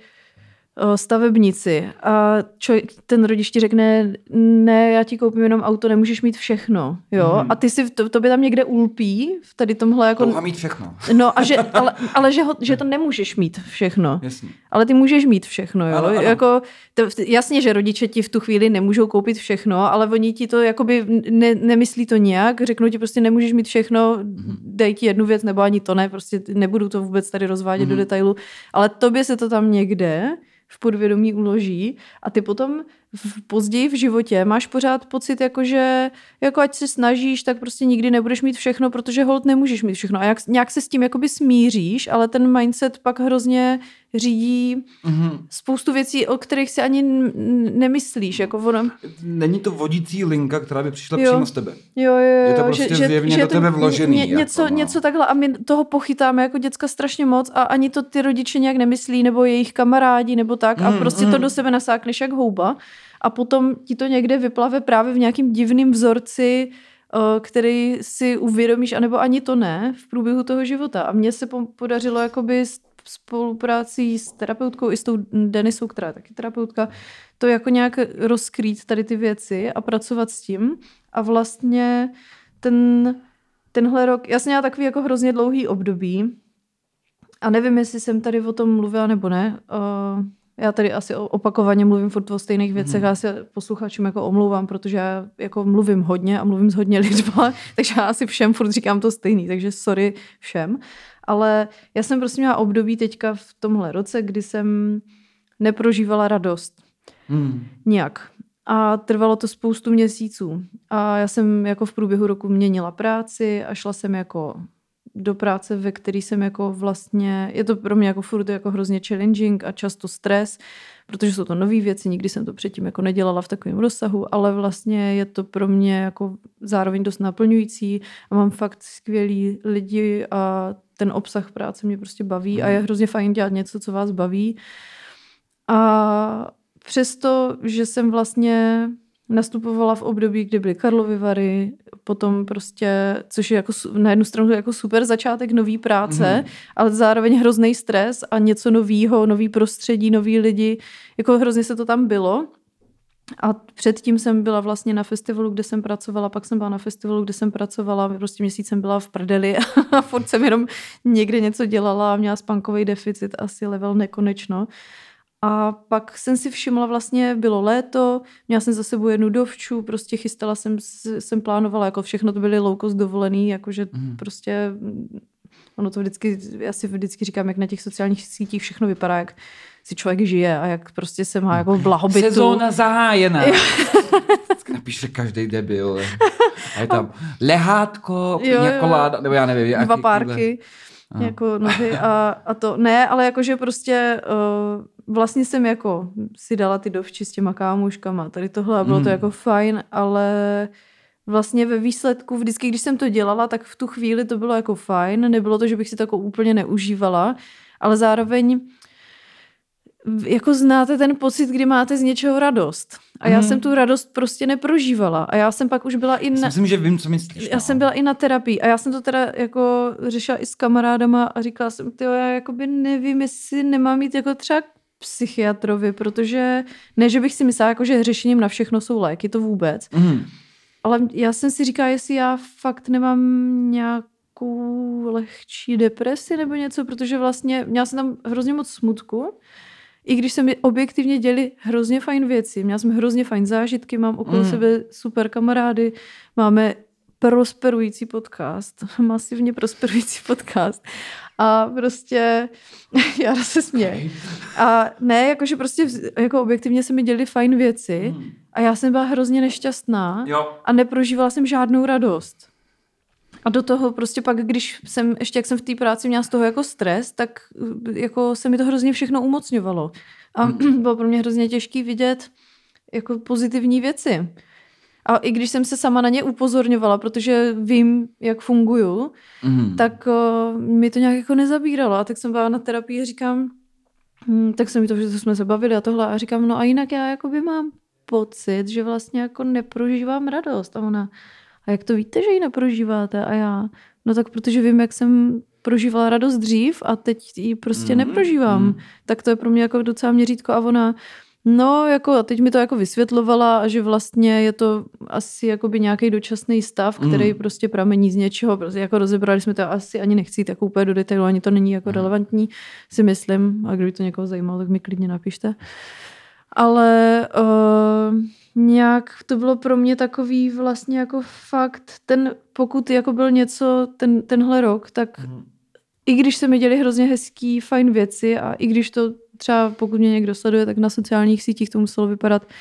stavebnici a čo, ten rodič ti řekne, ne, já ti koupím jenom auto, nemůžeš mít všechno, jo, mm. a ty si, to, to by tam někde ulpí, v tady tomhle jako... Touha mít všechno. No, a že, ale, ale že, ho, že to nemůžeš mít všechno. Jasně. Ale ty můžeš mít všechno, jo. Ano, ano. Jako, to, jasně, že rodiče ti v tu chvíli nemůžou koupit všechno, ale oni ti to jakoby ne, nemyslí to nějak, řeknou ti prostě nemůžeš mít všechno, mm. dej ti jednu věc, nebo ani to ne, prostě nebudu to vůbec tady rozvádět mm. do detailu, ale tobě se to tam někde v podvědomí uloží a ty potom v, později v životě máš pořád pocit, jako že jako ať se snažíš, tak prostě nikdy nebudeš mít všechno, protože holt nemůžeš mít všechno. A jak, nějak se s tím jakoby smíříš, ale ten mindset pak hrozně řídí mm-hmm. spoustu věcí, o kterých si ani nemyslíš. Jako ono... Není to vodící linka, která by přišla jo. přímo z tebe. Jo, jo, jo. Je to prostě že, zjevně že, do tebe vložený. Ně, něco, jako, no. něco takhle a my toho pochytáme jako děcka strašně moc a ani to ty rodiče nějak nemyslí, nebo jejich kamarádi, nebo tak mm, a prostě mm. to do sebe nasákneš jak houba a potom ti to někde vyplave právě v nějakým divným vzorci, který si uvědomíš, anebo ani to ne, v průběhu toho života. A mně se podařilo jakoby spoluprácí s terapeutkou i s tou Denisou, která je taky terapeutka, to jako nějak rozkrýt tady ty věci a pracovat s tím. A vlastně ten, tenhle rok, já jsem měla takový jako hrozně dlouhý období a nevím, jestli jsem tady o tom mluvila nebo ne. Uh, já tady asi opakovaně mluvím furt o stejných věcech, mm. já se posluchačům jako omlouvám, protože já jako mluvím hodně a mluvím s hodně lidma, takže já asi všem furt říkám to stejný, takže sorry všem. Ale já jsem prostě měla období teďka v tomhle roce, kdy jsem neprožívala radost. Mm. Nijak. A trvalo to spoustu měsíců. A já jsem jako v průběhu roku měnila práci a šla jsem jako do práce, ve který jsem jako vlastně, je to pro mě jako furt jako hrozně challenging a často stres, protože jsou to nové věci, nikdy jsem to předtím jako nedělala v takovém rozsahu, ale vlastně je to pro mě jako zároveň dost naplňující a mám fakt skvělý lidi a ten obsah práce mě prostě baví a je hrozně fajn dělat něco, co vás baví. A přesto, že jsem vlastně nastupovala v období, kdy byly Karlovy Vary, potom prostě, což je jako na jednu stranu jako super začátek nový práce, mm. ale zároveň hrozný stres a něco novýho, nový prostředí, noví lidi, jako hrozně se to tam bylo. A předtím jsem byla vlastně na festivalu, kde jsem pracovala, pak jsem byla na festivalu, kde jsem pracovala, prostě měsíc jsem byla v prdeli a furt jsem jenom někde něco dělala a měla spánkový deficit, asi level nekonečno. A pak jsem si všimla, vlastně bylo léto, měla jsem za sebou jednu dovču, prostě chystala jsem, jsem plánovala, jako všechno to byly low cost dovolený, jakože mm. prostě, ono to vždycky, já si vždycky říkám, jak na těch sociálních sítích všechno vypadá, jak si člověk žije a jak prostě se má jako blahobytu. Sezóna zahájená. Napíše každej debil. A je tam lehátko, pěňakoláda, nebo já nevím. Dva párky. Aha. Jako nohy a, a to ne, ale jakože prostě uh, vlastně jsem jako si dala ty dovči s těma kámoškama, tady tohle a bylo mm. to jako fajn, ale vlastně ve výsledku vždycky, když jsem to dělala, tak v tu chvíli to bylo jako fajn, nebylo to, že bych si to jako úplně neužívala, ale zároveň jako znáte ten pocit, kdy máte z něčeho radost. A já mm. jsem tu radost prostě neprožívala. A já jsem pak už byla i na... Myslím, že vím, co myslíš. Já no. jsem byla i na terapii. A já jsem to teda jako řešila i s kamarádama a říkala jsem, tyjo, já jakoby nevím, jestli nemám mít jako třeba psychiatrovi, protože ne, že bych si myslela, jako, že řešením na všechno jsou léky, to vůbec. Mm. Ale já jsem si říkala, jestli já fakt nemám nějakou lehčí depresi nebo něco, protože vlastně měla jsem tam hrozně moc smutku. I když se mi objektivně děli hrozně fajn věci, měla jsem hrozně fajn zážitky, mám okolo mm. sebe super kamarády, máme prosperující podcast, masivně prosperující podcast a prostě já se směju. A ne, jakože prostě jako objektivně se mi děli fajn věci mm. a já jsem byla hrozně nešťastná jo. a neprožívala jsem žádnou radost. A do toho prostě pak, když jsem, ještě jak jsem v té práci měla z toho jako stres, tak jako se mi to hrozně všechno umocňovalo. A mm. bylo pro mě hrozně těžký vidět jako pozitivní věci. A i když jsem se sama na ně upozorňovala, protože vím, jak funguju, mm. tak uh, mi to nějak jako nezabíralo. A tak jsem byla na terapii a říkám, hm, tak se mi to, že jsme se bavili a tohle. A říkám, no a jinak já jakoby mám pocit, že vlastně jako neprožívám radost. A ona... A jak to víte, že ji neprožíváte? A já, no tak protože vím, jak jsem prožívala radost dřív a teď ji prostě mm, neprožívám. Mm. Tak to je pro mě jako docela měřítko a ona, no jako a teď mi to jako vysvětlovala a že vlastně je to asi jakoby nějaký dočasný stav, který mm. prostě pramení z něčeho. Prostě jako rozebrali jsme to, asi ani nechci tak úplně do detailu, ani to není jako mm. relevantní, si myslím. A kdyby to někoho zajímalo, tak mi klidně napište. Ale... Uh, nějak to bylo pro mě takový vlastně jako fakt, ten, pokud jako byl něco ten, tenhle rok, tak mm. i když se mi děly hrozně hezký, fajn věci a i když to třeba pokud mě někdo sleduje, tak na sociálních sítích to muselo vypadat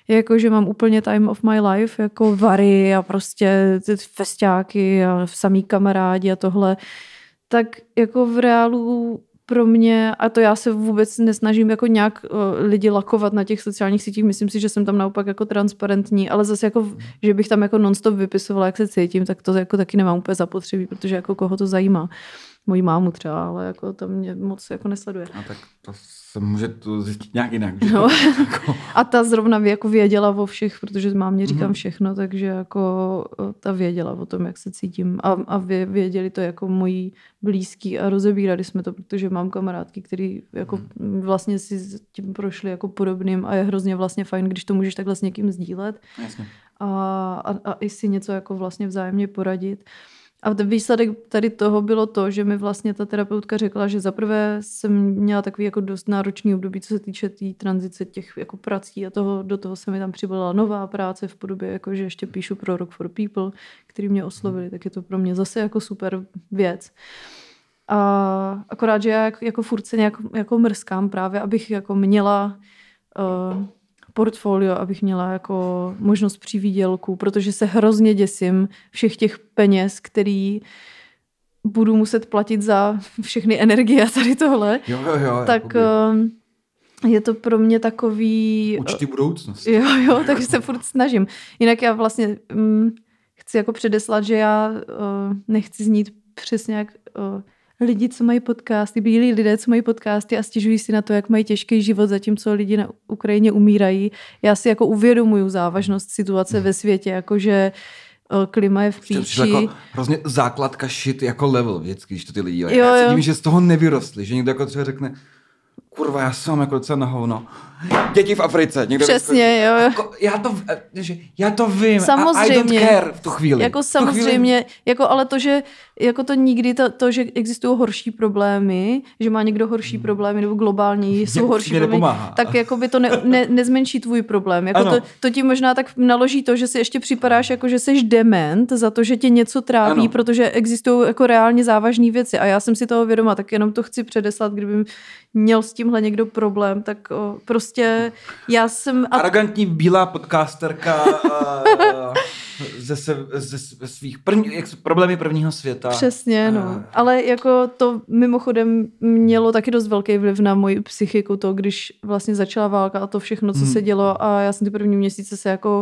jako že mám úplně time of my life, jako Vary a prostě ty festiáky a samý kamarádi a tohle, tak jako v reálu pro mě, a to já se vůbec nesnažím jako nějak uh, lidi lakovat na těch sociálních sítích, myslím si, že jsem tam naopak jako transparentní, ale zase jako, že bych tam jako non-stop vypisovala, jak se cítím, tak to jako taky nemám úplně zapotřebí, protože jako koho to zajímá. Mojí mámu třeba, ale jako to mě moc jako nesleduje. A tak to se může to zjistit nějak jinak. Že? No. Jako... A ta zrovna jako věděla o všech, protože mámě říkám všechno, takže jako ta věděla o tom, jak se cítím. A, a věděli to jako moji blízký a rozebírali jsme to, protože mám kamarádky, který jako vlastně si tím prošli jako podobným a je hrozně vlastně fajn, když to můžeš takhle s někým sdílet. Jasně. A, a, a i si něco jako vlastně vzájemně poradit. A ten výsledek tady toho bylo to, že mi vlastně ta terapeutka řekla, že zaprvé jsem měla takový jako dost náročný období, co se týče té tý tranzice těch jako prací a toho, do toho se mi tam přibyla nová práce v podobě, jako že ještě píšu pro Rock for People, který mě oslovili, tak je to pro mě zase jako super věc. A akorát, že já jako, jako furt se nějak jako mrskám právě, abych jako měla uh, portfolio, abych měla jako možnost přivýdělku, protože se hrozně děsím všech těch peněz, který budu muset platit za všechny energie a tady tohle. Jo, jo, jo. Tak jakoby... je to pro mě takový... Určitý budoucnost. Jo, jo, takže se furt snažím. Jinak já vlastně hm, chci jako předeslat, že já uh, nechci znít přesně jak... Uh, lidi, co mají podcasty, bílí lidé, co mají podcasty a stěžují si na to, jak mají těžký život, zatímco lidi na Ukrajině umírají. Já si jako uvědomuju závažnost situace ve světě, jakože klima je v píči. Jako hrozně základka shit jako level vždycky, když to ty lidi dělají. Já cítím, že z toho nevyrostli, že někdo jako třeba řekne, kurva, já jsem jako docela na hovno. Děti v Africe. Někdo přesně, jo. Jako, já, to, já to vím. Samozřejmě. I don't care v tu chvíli. Jako samozřejmě, chvíli... jako, ale to, že jako to nikdy, to, to, že existují horší problémy, že má někdo horší problémy, nebo globálně jsou horší problémy, nepomáhá. Tak jako by to ne, ne, nezmenší tvůj problém. Jako to, to ti možná tak naloží to, že si ještě připadáš, jako že seš dement za to, že tě něco trápí, ano. Protože existují jako reálně závažné věci. A já jsem si toho vědoma, tak jenom to chci předeslat, kdyby měl s tímhle někdo problém, tak o, prostě já jsem... A... Arrogantní bílá podcasterka uh, ze, se, ze, ze svých první, jak problémy prvního světa. Přesně, no. Uh. Ale jako to mimochodem mělo taky dost velký vliv na moji psychiku, to, když vlastně začala válka a to všechno, co hmm. se dělo a já jsem ty první měsíce se jako...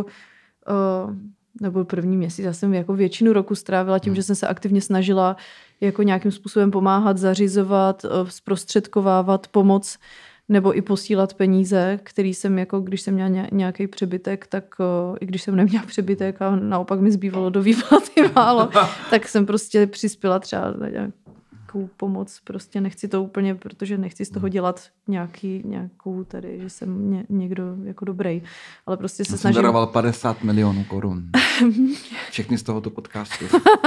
Uh, nebo první měsíc, já jsem jako většinu roku strávila tím, hmm. že jsem se aktivně snažila jako nějakým způsobem pomáhat, zařizovat, zprostředkovávat pomoc nebo i posílat peníze, který jsem jako, když jsem měla nějaký přebytek, tak i když jsem neměla přebytek a naopak mi zbývalo do výplaty málo, tak jsem prostě přispěla třeba nějakou pomoc. Prostě nechci to úplně, protože nechci z toho dělat nějaký, nějakou tady, že jsem ně, někdo jako dobrý. Ale prostě se Já snažím... jsem daroval padesát milionů korun. Všechny z tohoto podcastu.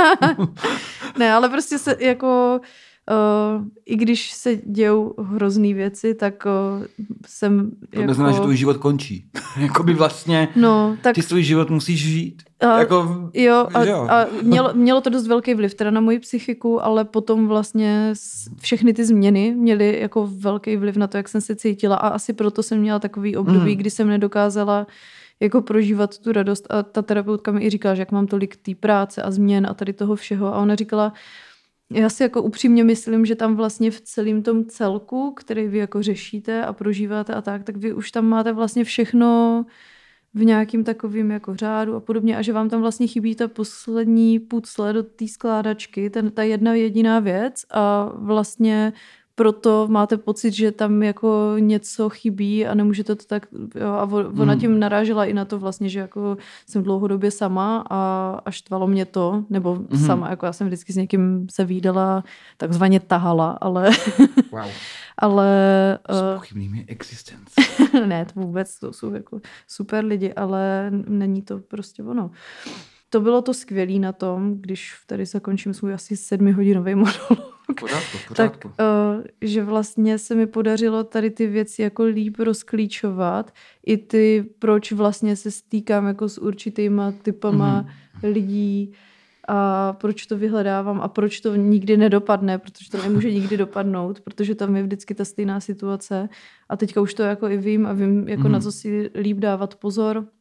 Ne, ale prostě se jako... Uh, i když se dějou hrozný věci, tak uh, jsem... To jako... neznamená, že tvůj život končí. Jakoby vlastně no, tak... ty svůj život musíš žít. A, jako, jo, a, jo. a mělo, mělo to dost velký vliv teda na moji psychiku, ale potom vlastně všechny ty změny měly jako velký vliv na to, jak jsem se cítila a asi proto jsem měla takový období, mm. kdy jsem nedokázala jako prožívat tu radost a ta terapeutka mi i říkala, že jak mám tolik té práce a změn a tady toho všeho a ona říkala, já si jako upřímně myslím, že tam vlastně v celém tom celku, který vy jako řešíte a prožíváte a tak, tak vy už tam máte vlastně všechno v nějakým takovým jako řádu a podobně a že vám tam vlastně chybí ta poslední pucle do té skládačky, ten, ta jedna jediná věc a vlastně proto máte pocit, že tam jako něco chybí a nemůžete to tak... Jo, a ona tím narážela i na to vlastně, že jako jsem dlouhodobě sama a, a štvalo mě to, nebo mm. sama, jako já jsem vždycky s někým se vídala, takzvaně tahala, ale... Wow. ale... S pochybnými existenci. Ne, to vůbec, to jsou jako super lidi, ale není to prostě ono. To bylo to skvělé na tom, když tady zakončím svůj asi sedmihodinový monolog. Pořádku, pořádku. Tak, uh, že vlastně se mi podařilo tady ty věci jako líp rozklíčovat. I ty, proč vlastně se stýkám jako s určitýma typama mm-hmm. lidí a proč to vyhledávám a proč to nikdy nedopadne, protože to nemůže nikdy dopadnout, protože tam je vždycky ta stejná situace. A teďka už to jako i vím a vím, jako mm-hmm. na co si líp dávat pozor.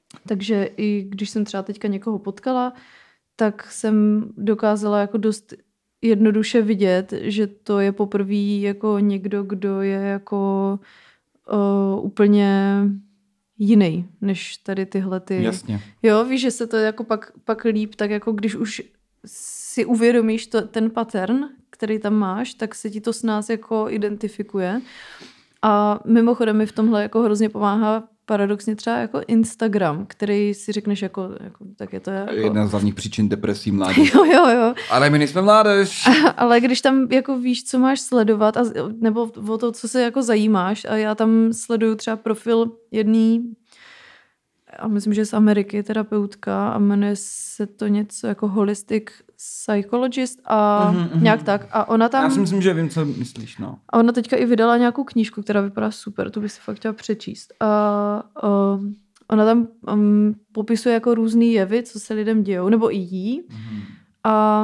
Takže i když jsem třeba teďka někoho potkala, tak jsem dokázala jako dost jednoduše vidět, že to je poprvé jako někdo, kdo je jako uh, úplně jiný, než tady tyhle ty... Jasně. Jo, víš, že se to jako pak, pak líp, tak jako když už si uvědomíš to, ten pattern, který tam máš, tak se ti to s nás jako identifikuje. A mimochodem mi v tomhle jako hrozně pomáhá paradoxně třeba jako Instagram, který si řekneš jako, jako tak je to jako... Jedna z hlavních příčin depresí mládež. Jo, jo, jo. Ale my nejsme mládež. Ale když tam jako víš, co máš sledovat, a, nebo o to, co se jako zajímáš, a já tam sleduju třeba profil jedný, a myslím, že z Ameriky, terapeutka, a jmenuje se to něco jako holistic psychologist a mm-hmm, nějak tak. A ona tam... Já si myslím, že vím, co myslíš, no. A ona teďka i vydala nějakou knížku, která vypadá super, tu bych si fakt chtěla přečíst. A, a ona tam um, popisuje jako různý jevy, co se lidem dějou, nebo i jí. Mm-hmm. A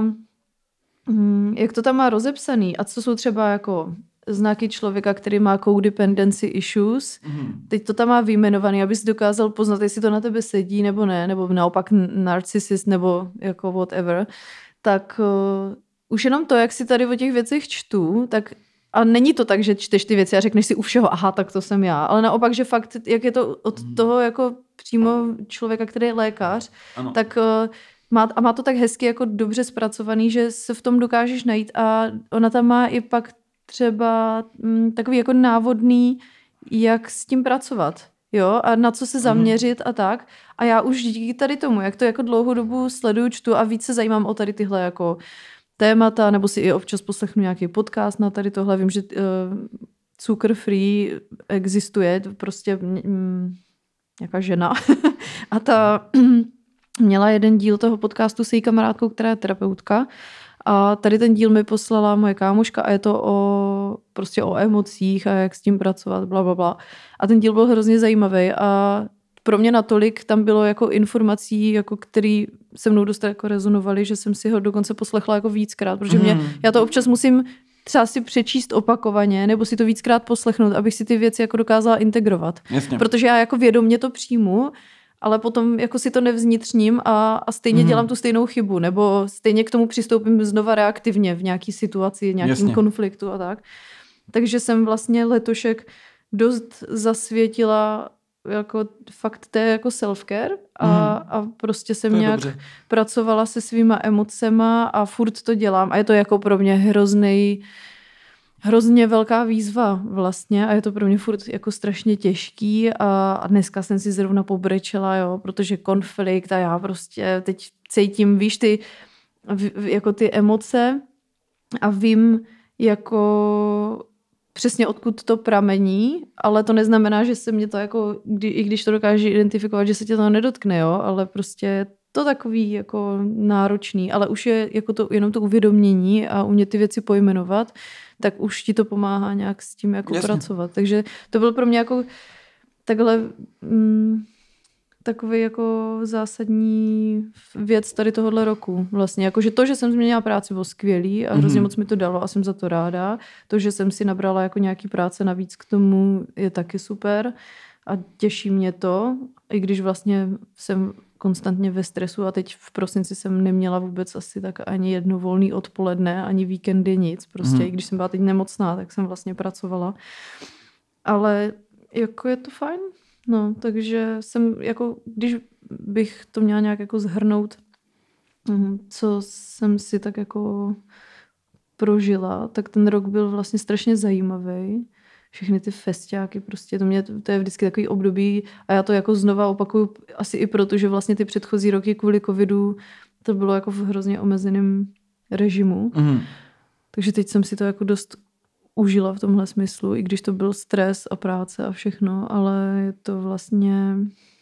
um, jak to tam má rozepsaný a co jsou třeba jako znaky člověka, který má codependency issues. Mm-hmm. Teď to tam má vyjmenovaný, abys dokázal poznat, jestli to na tebe sedí nebo ne, nebo naopak narcisist nebo jako whatever. Tak uh, už jenom to, jak si tady o těch věcech čtu, tak a není to tak, že čteš ty věci a řekneš si u všeho, aha, tak to jsem já, ale naopak, že fakt, jak je to od mm. toho jako přímo člověka, který je lékař, ano. tak uh, má, a má to tak hezky jako dobře zpracovaný, že se v tom dokážeš najít a ona tam má i pak třeba m, takový jako návodný, jak s tím pracovat, jo, a na co se zaměřit a tak. A já už díky tady tomu, jak to jako dlouhou dobu sleduju, čtu a víc se zajímám o tady tyhle jako témata, nebo si i občas poslechnu nějaký podcast na tady tohle. Vím, že uh, cukr free existuje, prostě mm, nějaká žena. A ta měla jeden díl toho podcastu s její kamarádkou, která je terapeutka. A tady ten díl mi poslala moje kámoška a je to o, prostě o emocích a jak s tím pracovat, bla, bla, bla. A ten díl byl hrozně zajímavý a pro mě natolik tam bylo jako informací, jako který se mnou dost jako rezonovaly, že jsem si ho dokonce poslechla jako víckrát, protože mě, já to občas musím třeba si přečíst opakovaně, nebo si to víckrát poslechnout, abych si ty věci jako dokázala integrovat. Jasně. Protože já jako vědomě to přijmu, ale potom jako si to nevznitřním a, a stejně mm. dělám tu stejnou chybu, nebo stejně k tomu přistoupím znova reaktivně v nějaký situaci, nějakým Jasně. konfliktu a tak. Takže jsem vlastně letošek dost zasvětila jako fakt té jako self-care a, mm. a prostě jsem nějak dobře. pracovala se svýma emocema a furt to dělám a je to jako pro mě hroznej hrozně velká výzva vlastně a je to pro mě furt jako strašně těžký a, a dneska jsem si zrovna pobrečela, jo, protože konflikt a já prostě teď cítím, víš, ty jako ty emoce a vím jako přesně odkud to pramení, ale to neznamená, že se mě to jako, kdy, i když to dokáže identifikovat, že se tě to nedotkne, jo, ale prostě to takový jako náročný, ale už je jako to, jenom to uvědomění a umět ty věci pojmenovat, tak už ti to pomáhá nějak s tím jako Jasně. pracovat. Takže to byl pro mě jako takhle mm, takový jako zásadní věc tady tohohle roku. Vlastně jako, že to, že jsem změnila práci, bylo skvělý a hrozně mm-hmm. moc mi to dalo a jsem za to ráda. To, že jsem si nabrala jako nějaký práce navíc k tomu, je taky super a těší mě to, i když vlastně jsem konstantně ve stresu a teď v prosinci jsem neměla vůbec asi tak ani jedno volný odpoledne, ani víkendy, nic. Prostě mm. i když jsem byla teď nemocná, tak jsem vlastně pracovala. Ale jako je to fajn. No, takže jsem jako, když bych to měla nějak jako zhrnout, co jsem si tak jako prožila, tak ten rok byl vlastně strašně zajímavý. Všechny ty festiáky, prostě to, mě, to je vždycky takový období a já to jako znova opakuju asi i proto, že vlastně ty předchozí roky kvůli covidu to bylo jako v hrozně omezeném režimu. Mm. Takže teď jsem si to jako dost užila v tomhle smyslu, i když to byl stres a práce a všechno, ale je to vlastně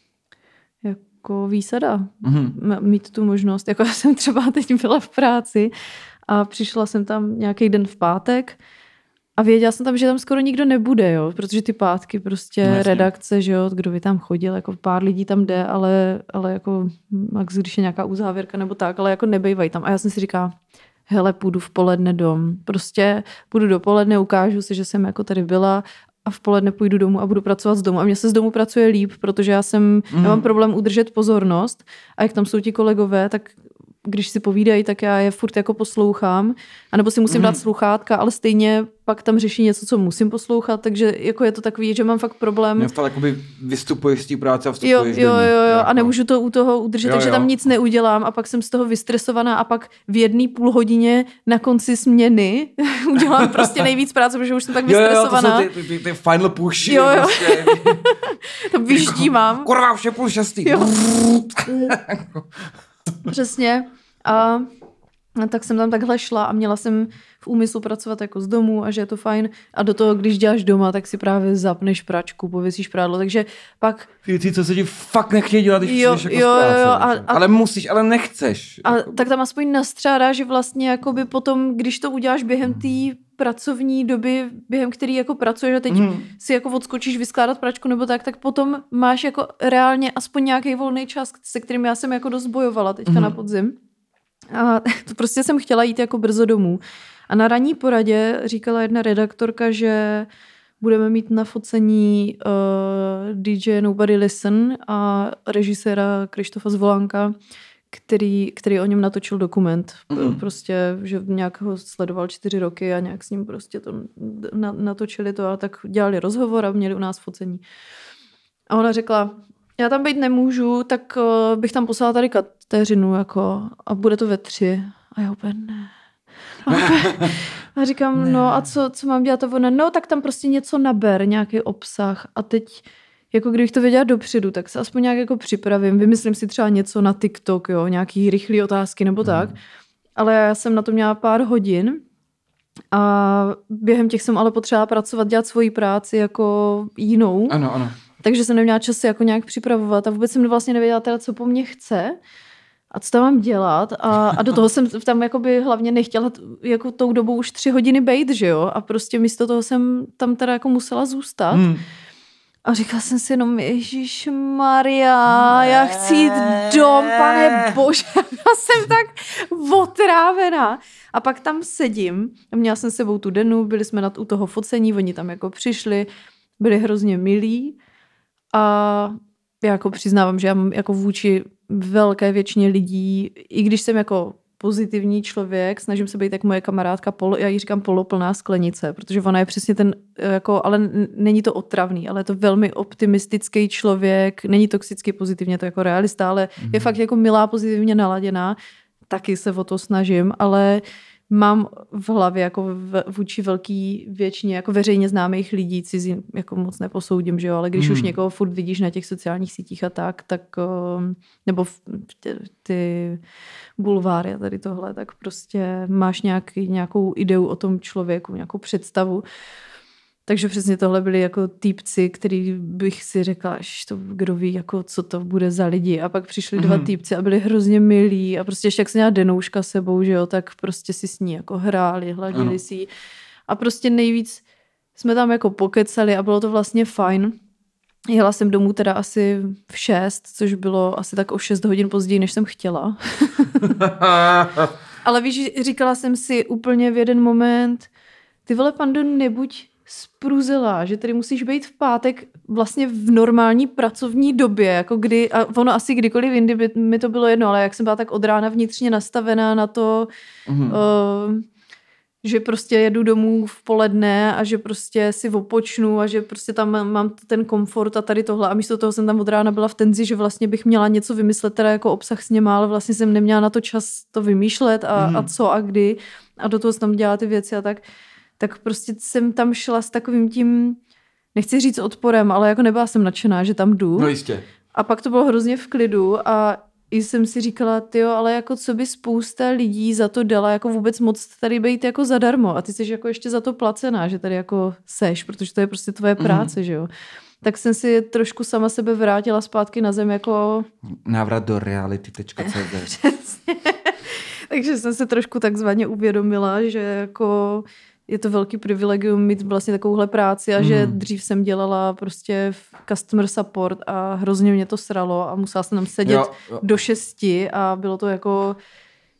jako výsada mm. mít tu možnost. Jako já jsem třeba teď byla v práci a přišla jsem tam nějaký den v pátek a věděla jsem tam, že tam skoro nikdo nebude, jo, protože ty pátky prostě no, redakce, že jo, kdo by tam chodil, jako pár lidí tam jde, ale, ale jako max, když je nějaká uzávěrka nebo tak, ale jako nebejvají tam. A já jsem si říkala, hele, půjdu v poledne dom. Prostě půjdu dopoledne, ukážu si, že jsem jako tady byla a v poledne půjdu domů a budu pracovat z domu. A mně se z domu pracuje líp, protože já jsem, mm. já mám problém udržet pozornost a jak tam jsou ti kolegové, tak když si povídají, tak já je furt jako poslouchám, anebo si musím mm. dát sluchátka, ale stejně pak tam řeší něco, co musím poslouchat, takže jako je to takový, že mám fakt problém. Neustále jakoby vystupuješ z té práce a vstupuješ jo, jo, jo, jo, jako. a nemůžu to u toho udržet, jo, takže jo. tam nic neudělám a pak jsem z toho vystresovaná a pak v jedné půl hodině na konci směny udělám prostě nejvíc práce, protože už jsem tak vystresovaná. Jo, jo, to jsou ty, ty, ty final push. Jo, jo. Prostě. To vyždívám. Kurva, už je půl šestý. Přesně. A tak jsem tam takhle šla a měla jsem v úmyslu pracovat jako z domu a že je to fajn. A do toho, když děláš doma, tak si právě zapneš pračku, pověsíš prádlo. Takže pak... Věci, co se ti fakt nechtějí dělat, když jo, přijdeš jako jo, z práce. Jo, a, a, ale musíš, ale nechceš. A jako. tak tam aspoň nastřádá, že vlastně jakoby potom, když to uděláš během té pracovní doby, během který jako pracuješ a teď mm. si jako odskočíš vyskládat pračku nebo tak, tak potom máš jako reálně aspoň nějaký volný čas, se kterým já jsem jako dost bojovala teďka mm. na podzim. A to prostě jsem chtěla jít jako brzo domů. A na ranní poradě říkala jedna redaktorka, že budeme mít na focení uh, D J Nobody Listen a režiséra Krištofa Zvolánka, který, který o něm natočil dokument. Mm. Prostě, že nějak ho sledoval čtyři roky a nějak s ním prostě to na, natočili to a tak dělali rozhovor a měli u nás focení. A ona řekla, já tam být nemůžu, tak uh, bych tam poslala tady Kateřinu jako, a bude to ve tři. A já úplně ne. A, úplně, a říkám, ne. no a co, co mám dělat? A ona, no tak tam prostě něco naber, nějaký obsah. A teď, jako kdybych to věděla dopředu, tak se aspoň nějak jako připravím. Vymyslím si třeba něco na TikTok, jo, nějaký rychlý otázky nebo tak. Hmm. Ale já jsem na to měla pár hodin a během těch jsem ale potřebovala pracovat, dělat svoji práci jako jinou. Ano, ano. Takže jsem neměla čas se jako nějak připravovat a vůbec jsem vlastně nevěděla teda, co po mně chce a co tam mám dělat a, a do toho jsem tam jakoby hlavně nechtěla jako tou dobou už tři hodiny bejt, že jo, a prostě místo toho jsem tam teda jako musela zůstat. Hmm. A říkala jsem si jenom, Ježišmarja, já chci jít dom, pane bože, já jsem tak otrávená. A pak tam sedím, měla jsem s sebou tu Denu, byli jsme nad u toho focení, oni tam jako přišli, byli hrozně milí. A já jako přiznávám, že já mám jako vůči velké většině lidí, i když jsem jako pozitivní člověk, snažím se být jak moje kamarádka, polo, já jí říkám poloplná sklenice, protože ona je přesně ten, jako, ale není to otravný, ale je to velmi optimistický člověk, není toxicky pozitivně, to jako realista, ale mm-hmm. je fakt jako milá, pozitivně naladěná, taky se o to snažím, ale mám v hlavě jako vůči velký většině jako veřejně známých lidí, cizí jako moc neposoudím, že jo, ale když mm. už někoho furt vidíš na těch sociálních sítích a tak, tak nebo ty, ty bulváry a tady tohle, tak prostě máš nějaký, nějakou ideu o tom člověku, nějakou představu. Takže přesně tohle byli jako týpci, který bych si řekla, že to kdo ví, jako, co to bude za lidi. A pak přišli dva mm. týpci a byli hrozně milí. A prostě ještě jak se měla Denouška sebou, že jo, tak prostě si s ní jako hráli, hladili ano. si. A prostě nejvíc jsme tam jako pokecali a bylo to vlastně fajn. Jela jsem domů teda asi v šest, což bylo asi tak o šest hodin později, než jsem chtěla. Ale víš, říkala jsem si úplně v jeden moment, ty vole, Pando, nebuď spruzela, že tady musíš být v pátek vlastně v normální pracovní době, jako kdy, a ono asi kdykoliv jindy by mi to bylo jedno, ale jak jsem byla tak od rána vnitřně nastavená na to, mm. uh, že prostě jedu domů v poledne a že prostě si opočnu a že prostě tam mám ten komfort a tady tohle a místo toho jsem tam od rána byla v tenzi, že vlastně bych měla něco vymyslet teda jako obsah s něma, ale vlastně jsem neměla na to čas to vymýšlet a, mm. a co a kdy a do toho jsem tam dělala ty věci a tak tak prostě jsem tam šla s takovým tím, nechci říct odporem, ale jako nebyla jsem nadšená, že tam jdu. No jistě. A pak to bylo hrozně v klidu a i jsem si říkala, tyjo, ale jako co by spousta lidí za to dala, jako vůbec moc tady být jako zadarmo a ty jsi jako ještě za to placená, že tady jako seš, protože to je prostě tvoje práce, mm. že jo. Tak jsem si trošku sama sebe vrátila zpátky na zem jako... Návrat do reality tečka cé zet. Přesně. Takže jsem se trošku takzvaně uvědomila, že jako... je to velký privilegium mít vlastně takovouhle práci a mm. že dřív jsem dělala prostě v customer support a hrozně mě to sralo a musela jsem tam sedět jo, jo. do šesti a bylo to jako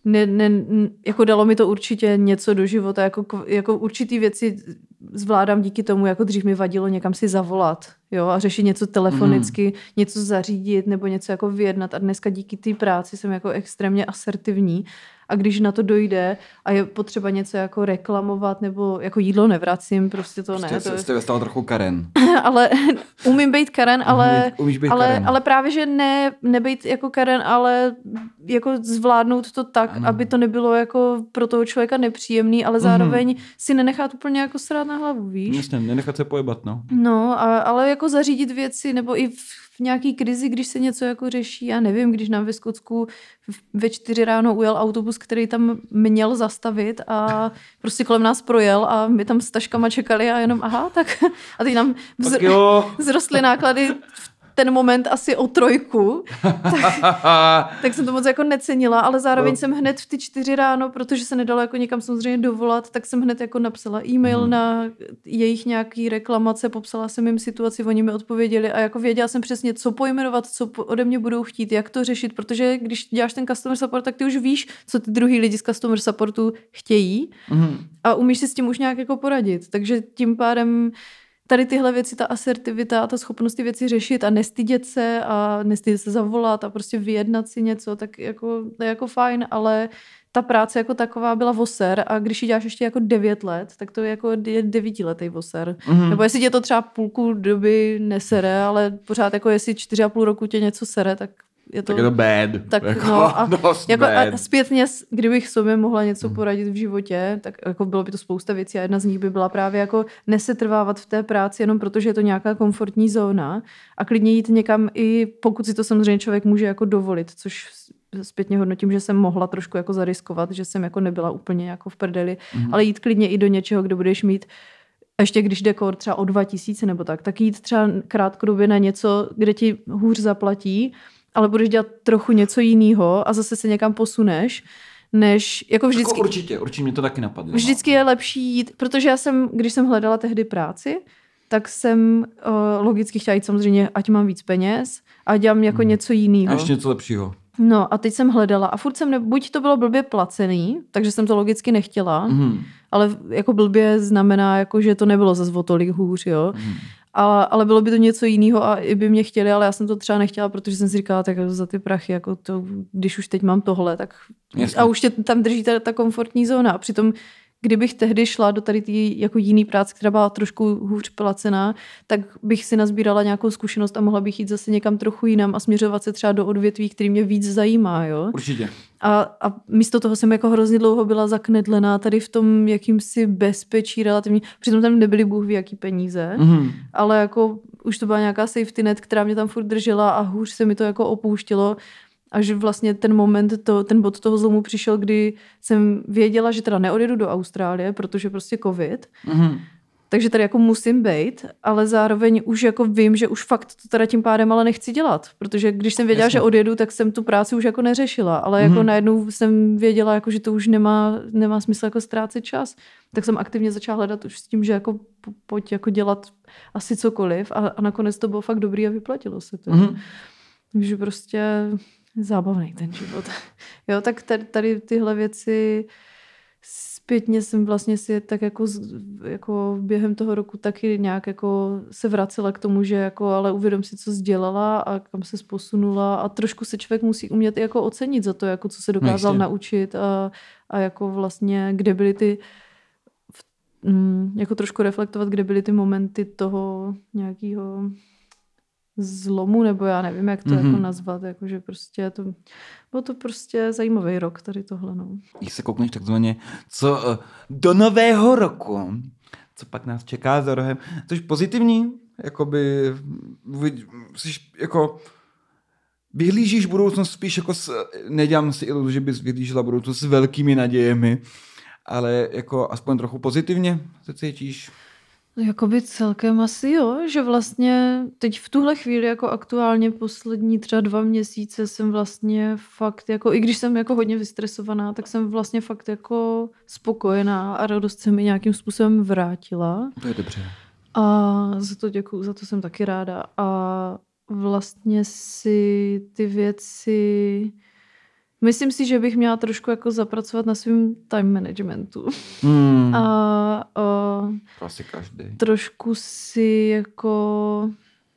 ne, ne, jako dalo mi to určitě něco do života, jako, jako určitý věci zvládám díky tomu, jako dřív mi vadilo někam si zavolat, jo, a řešit něco telefonicky, mm. něco zařídit nebo něco jako vyjednat a dneska díky té práci jsem jako extrémně asertivní a když na to dojde a je potřeba něco jako reklamovat nebo jako jídlo nevracím, prostě to prostě ne. Prostě jste stala trochu Karen. Ale umím být Karen, ale, Umíš být ale, Karen. ale právě, že ne, nebejt jako Karen, ale jako zvládnout to tak, ano. aby to nebylo jako pro toho člověka nepříjemný, ale zároveň mm-hmm. si nenechat úplně jako srát na hlavu, víš? Jasně, nenechat se pojebat, no. No, a, ale jako zařídit věci, nebo i v, v nějaký krizi, když se něco jako řeší, já nevím, když nám ve Skotsku ve čtyři ráno ujel autobus, který tam měl zastavit a prostě kolem nás projel a my tam s taškama čekali a jenom aha, tak a teď nám vzr- vzrostly náklady v ten moment asi o trojku, tak, tak jsem to moc jako necenila, ale zároveň no. jsem hned v ty čtyři ráno, protože se nedalo jako někam samozřejmě dovolat, tak jsem hned jako napsala e-mail hmm. na jejich nějaký reklamace, popsala jsem jim situaci, oni mi odpověděli a jako věděla jsem přesně, co pojmenovat, co ode mě budou chtít, jak to řešit, protože když děláš ten customer support, tak ty už víš, co ty druhý lidi z customer supportu chtějí hmm. a umíš si s tím už nějak jako poradit, takže tím pádem tady tyhle věci, ta asertivita a ta schopnost ty věci řešit a nestydět se a nestydět se zavolat a prostě vyjednat si něco, tak jako, to je jako fajn, ale ta práce jako taková byla voser a když ji děláš ještě jako devět let, tak to je jako devítiletý voser. Mm-hmm. Nebo jestli tě to třeba půlku doby nesere, ale pořád jako jestli čtyři a půl roku tě něco sere, tak je to, tak je to bad. Tak, jako, no, a, jako, bad. a zpětně, kdybych sobě mohla něco poradit v životě, tak jako bylo by to spousta věcí a jedna z nich by byla právě jako nesetrvávat v té práci jenom protože je to nějaká komfortní zóna a klidně jít někam i pokud si to samozřejmě člověk může jako dovolit, což zpětně hodnotím, že jsem mohla trošku jako zariskovat, že jsem jako nebyla úplně jako v prdeli, mm-hmm. ale jít klidně i do něčeho, kde budeš mít a ještě když jde kor třeba o dva tisíce nebo tak, tak jít třeba krátkodobě na něco, kde ti hůř zaplatí, ale budeš dělat trochu něco jiného a zase se někam posuneš, než jako vždycky. Jako určitě, určitě mě to taky napadlo. Vždycky je lepší jít, protože já jsem, když jsem hledala tehdy práci, tak jsem uh, logicky chtěla jít samozřejmě, ať mám víc peněz a dělám jako hmm. něco jiného. A ještě něco lepšího. No a teď jsem hledala a furt jsem, ne, buď to bylo blbě placený, takže jsem to logicky nechtěla, hmm. ale jako blbě znamená, jako, že to nebylo zase o tolik hůř, jo. Hmm. Ale, ale bylo by to něco jiného a i by mě chtěli, ale já jsem to třeba nechtěla, protože jsem si říkala, tak za ty prachy, jako to, když už teď mám tohle, tak Jasně. a už tě tam drží ta, ta komfortní zóna. A přitom, kdybych tehdy šla do tady tý jako jiný práce, která byla trošku hůř placená, tak bych si nazbírala nějakou zkušenost a mohla bych jít zase někam trochu jinam a směřovat se třeba do odvětví, který mě víc zajímá, jo. Určitě. A, a místo toho jsem jako hrozně dlouho byla zaknedlená tady v tom jakýmsi bezpečí relativně. Přitom tam nebyly bůh ví jaký peníze, mm-hmm. ale jako už to byla nějaká safety net, která mě tam furt držela a hůř se mi to jako opouštělo. Až vlastně ten moment, to, ten bod toho zlomu přišel, kdy jsem věděla, že teda neodjedu do Austrálie, protože prostě covid. Mm-hmm. Takže tady jako musím bejt, ale zároveň už jako vím, že už fakt to teda tím pádem ale nechci dělat. Protože když jsem věděla, Jasně. že odjedu, tak jsem tu práci už jako neřešila. Ale mm-hmm. jako najednou jsem věděla, jako, že to už nemá, nemá smysl jako ztrácet čas. Tak jsem aktivně začala hledat už s tím, že jako pojď jako dělat asi cokoliv. A, a nakonec to bylo fakt dobrý a vyplatilo se to. Mm-hmm. Takže prostě zábavný ten život. Jo, tak tady, tady tyhle věci zpětně jsem vlastně si tak jako, jako během toho roku taky nějak jako se vracela k tomu, že jako ale uvědom si, co jsi dělala a kam se posunula a trošku se člověk musí umět jako ocenit za to, jako co se dokázal Nechci. naučit a, a jako vlastně kde byly ty jako trošku reflektovat, kde byly ty momenty toho nějakého zlomu, nebo já nevím, jak to mm-hmm. jako nazvat, jakože prostě to, bylo to prostě zajímavý rok tady tohle, no. Když se koukneš takzvaně, co do nového roku, co pak nás čeká za rohem, což pozitivní, jakoby, jsi jako vyhlížíš budoucnost spíš jako, s, nedělám si iluzi, že bys vyhlížela budoucnost s velkými nadějemi, ale jako aspoň trochu pozitivně se cítíš? Jakoby celkem asi jo, že vlastně teď v tuhle chvíli jako aktuálně poslední třeba dva měsíce jsem vlastně fakt jako, i když jsem jako hodně vystresovaná, tak jsem vlastně fakt jako spokojená a radost se mi nějakým způsobem vrátila. To je dobře. A za to děkuju, za to jsem taky ráda. A vlastně si ty věci Myslím si, že bych měla trošku jako zapracovat na svém time managementu. Hmm. A, a to asi každý. Trošku si jako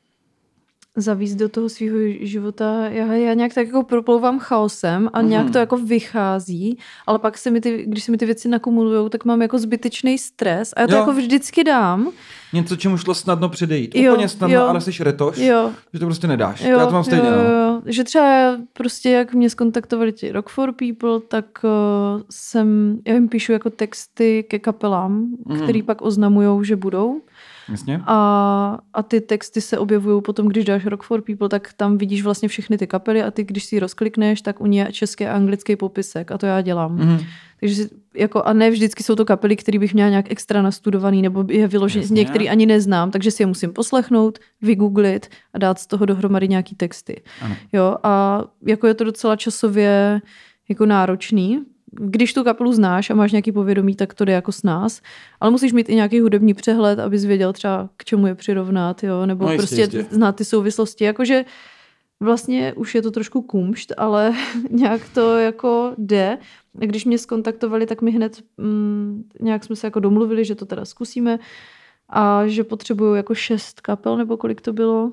zavíst do toho svého života. Já, já nějak tak jako proplouvám chaosem a mm-hmm. nějak to jako vychází, ale pak se mi ty, když se mi ty věci nakumulujou, tak mám jako zbytečný stres a já to jo. jako vždycky dám. Něco, čemu šlo snadno předejít. Jo, Úplně snadno, jo. ale jsi retoš, jo. že to prostě nedáš. Jo, já to mám stejně. Jo, no. jo. Že třeba prostě jak mě skontaktovali ti Rock for People, tak uh, jsem, já jim píšu jako texty ke kapelám, mm. který pak oznamujou, že budou. Jasně. A, a ty texty se objevují potom, když dáš Rock for People, tak tam vidíš vlastně všechny ty kapely a ty, když si ji rozklikneš, tak u ní je český a anglický popisek a to já dělám. Mm. Takže jako, a ne vždycky jsou to kapely, které bych měla nějak extra nastudovaný nebo je vyložený, některý ani neznám, takže si je musím poslechnout, vygooglit a dát z toho dohromady nějaký texty. Ano. Jo, a jako je to docela časově jako náročný. Když tu kapelu znáš a máš nějaký povědomí, tak to jde jako s nás. Ale musíš mít i nějaký hudební přehled, abys věděl třeba, k čemu je přirovnat, jo? Nebo no, prostě jistě. Znát ty souvislosti. Jakože vlastně už je to trošku kumšt, ale nějak to jako jde. A když mě skontaktovali, tak mi hned mm, nějak jsme se jako domluvili, že to teda zkusíme a že potřebuju jako šest kapel, nebo kolik to bylo,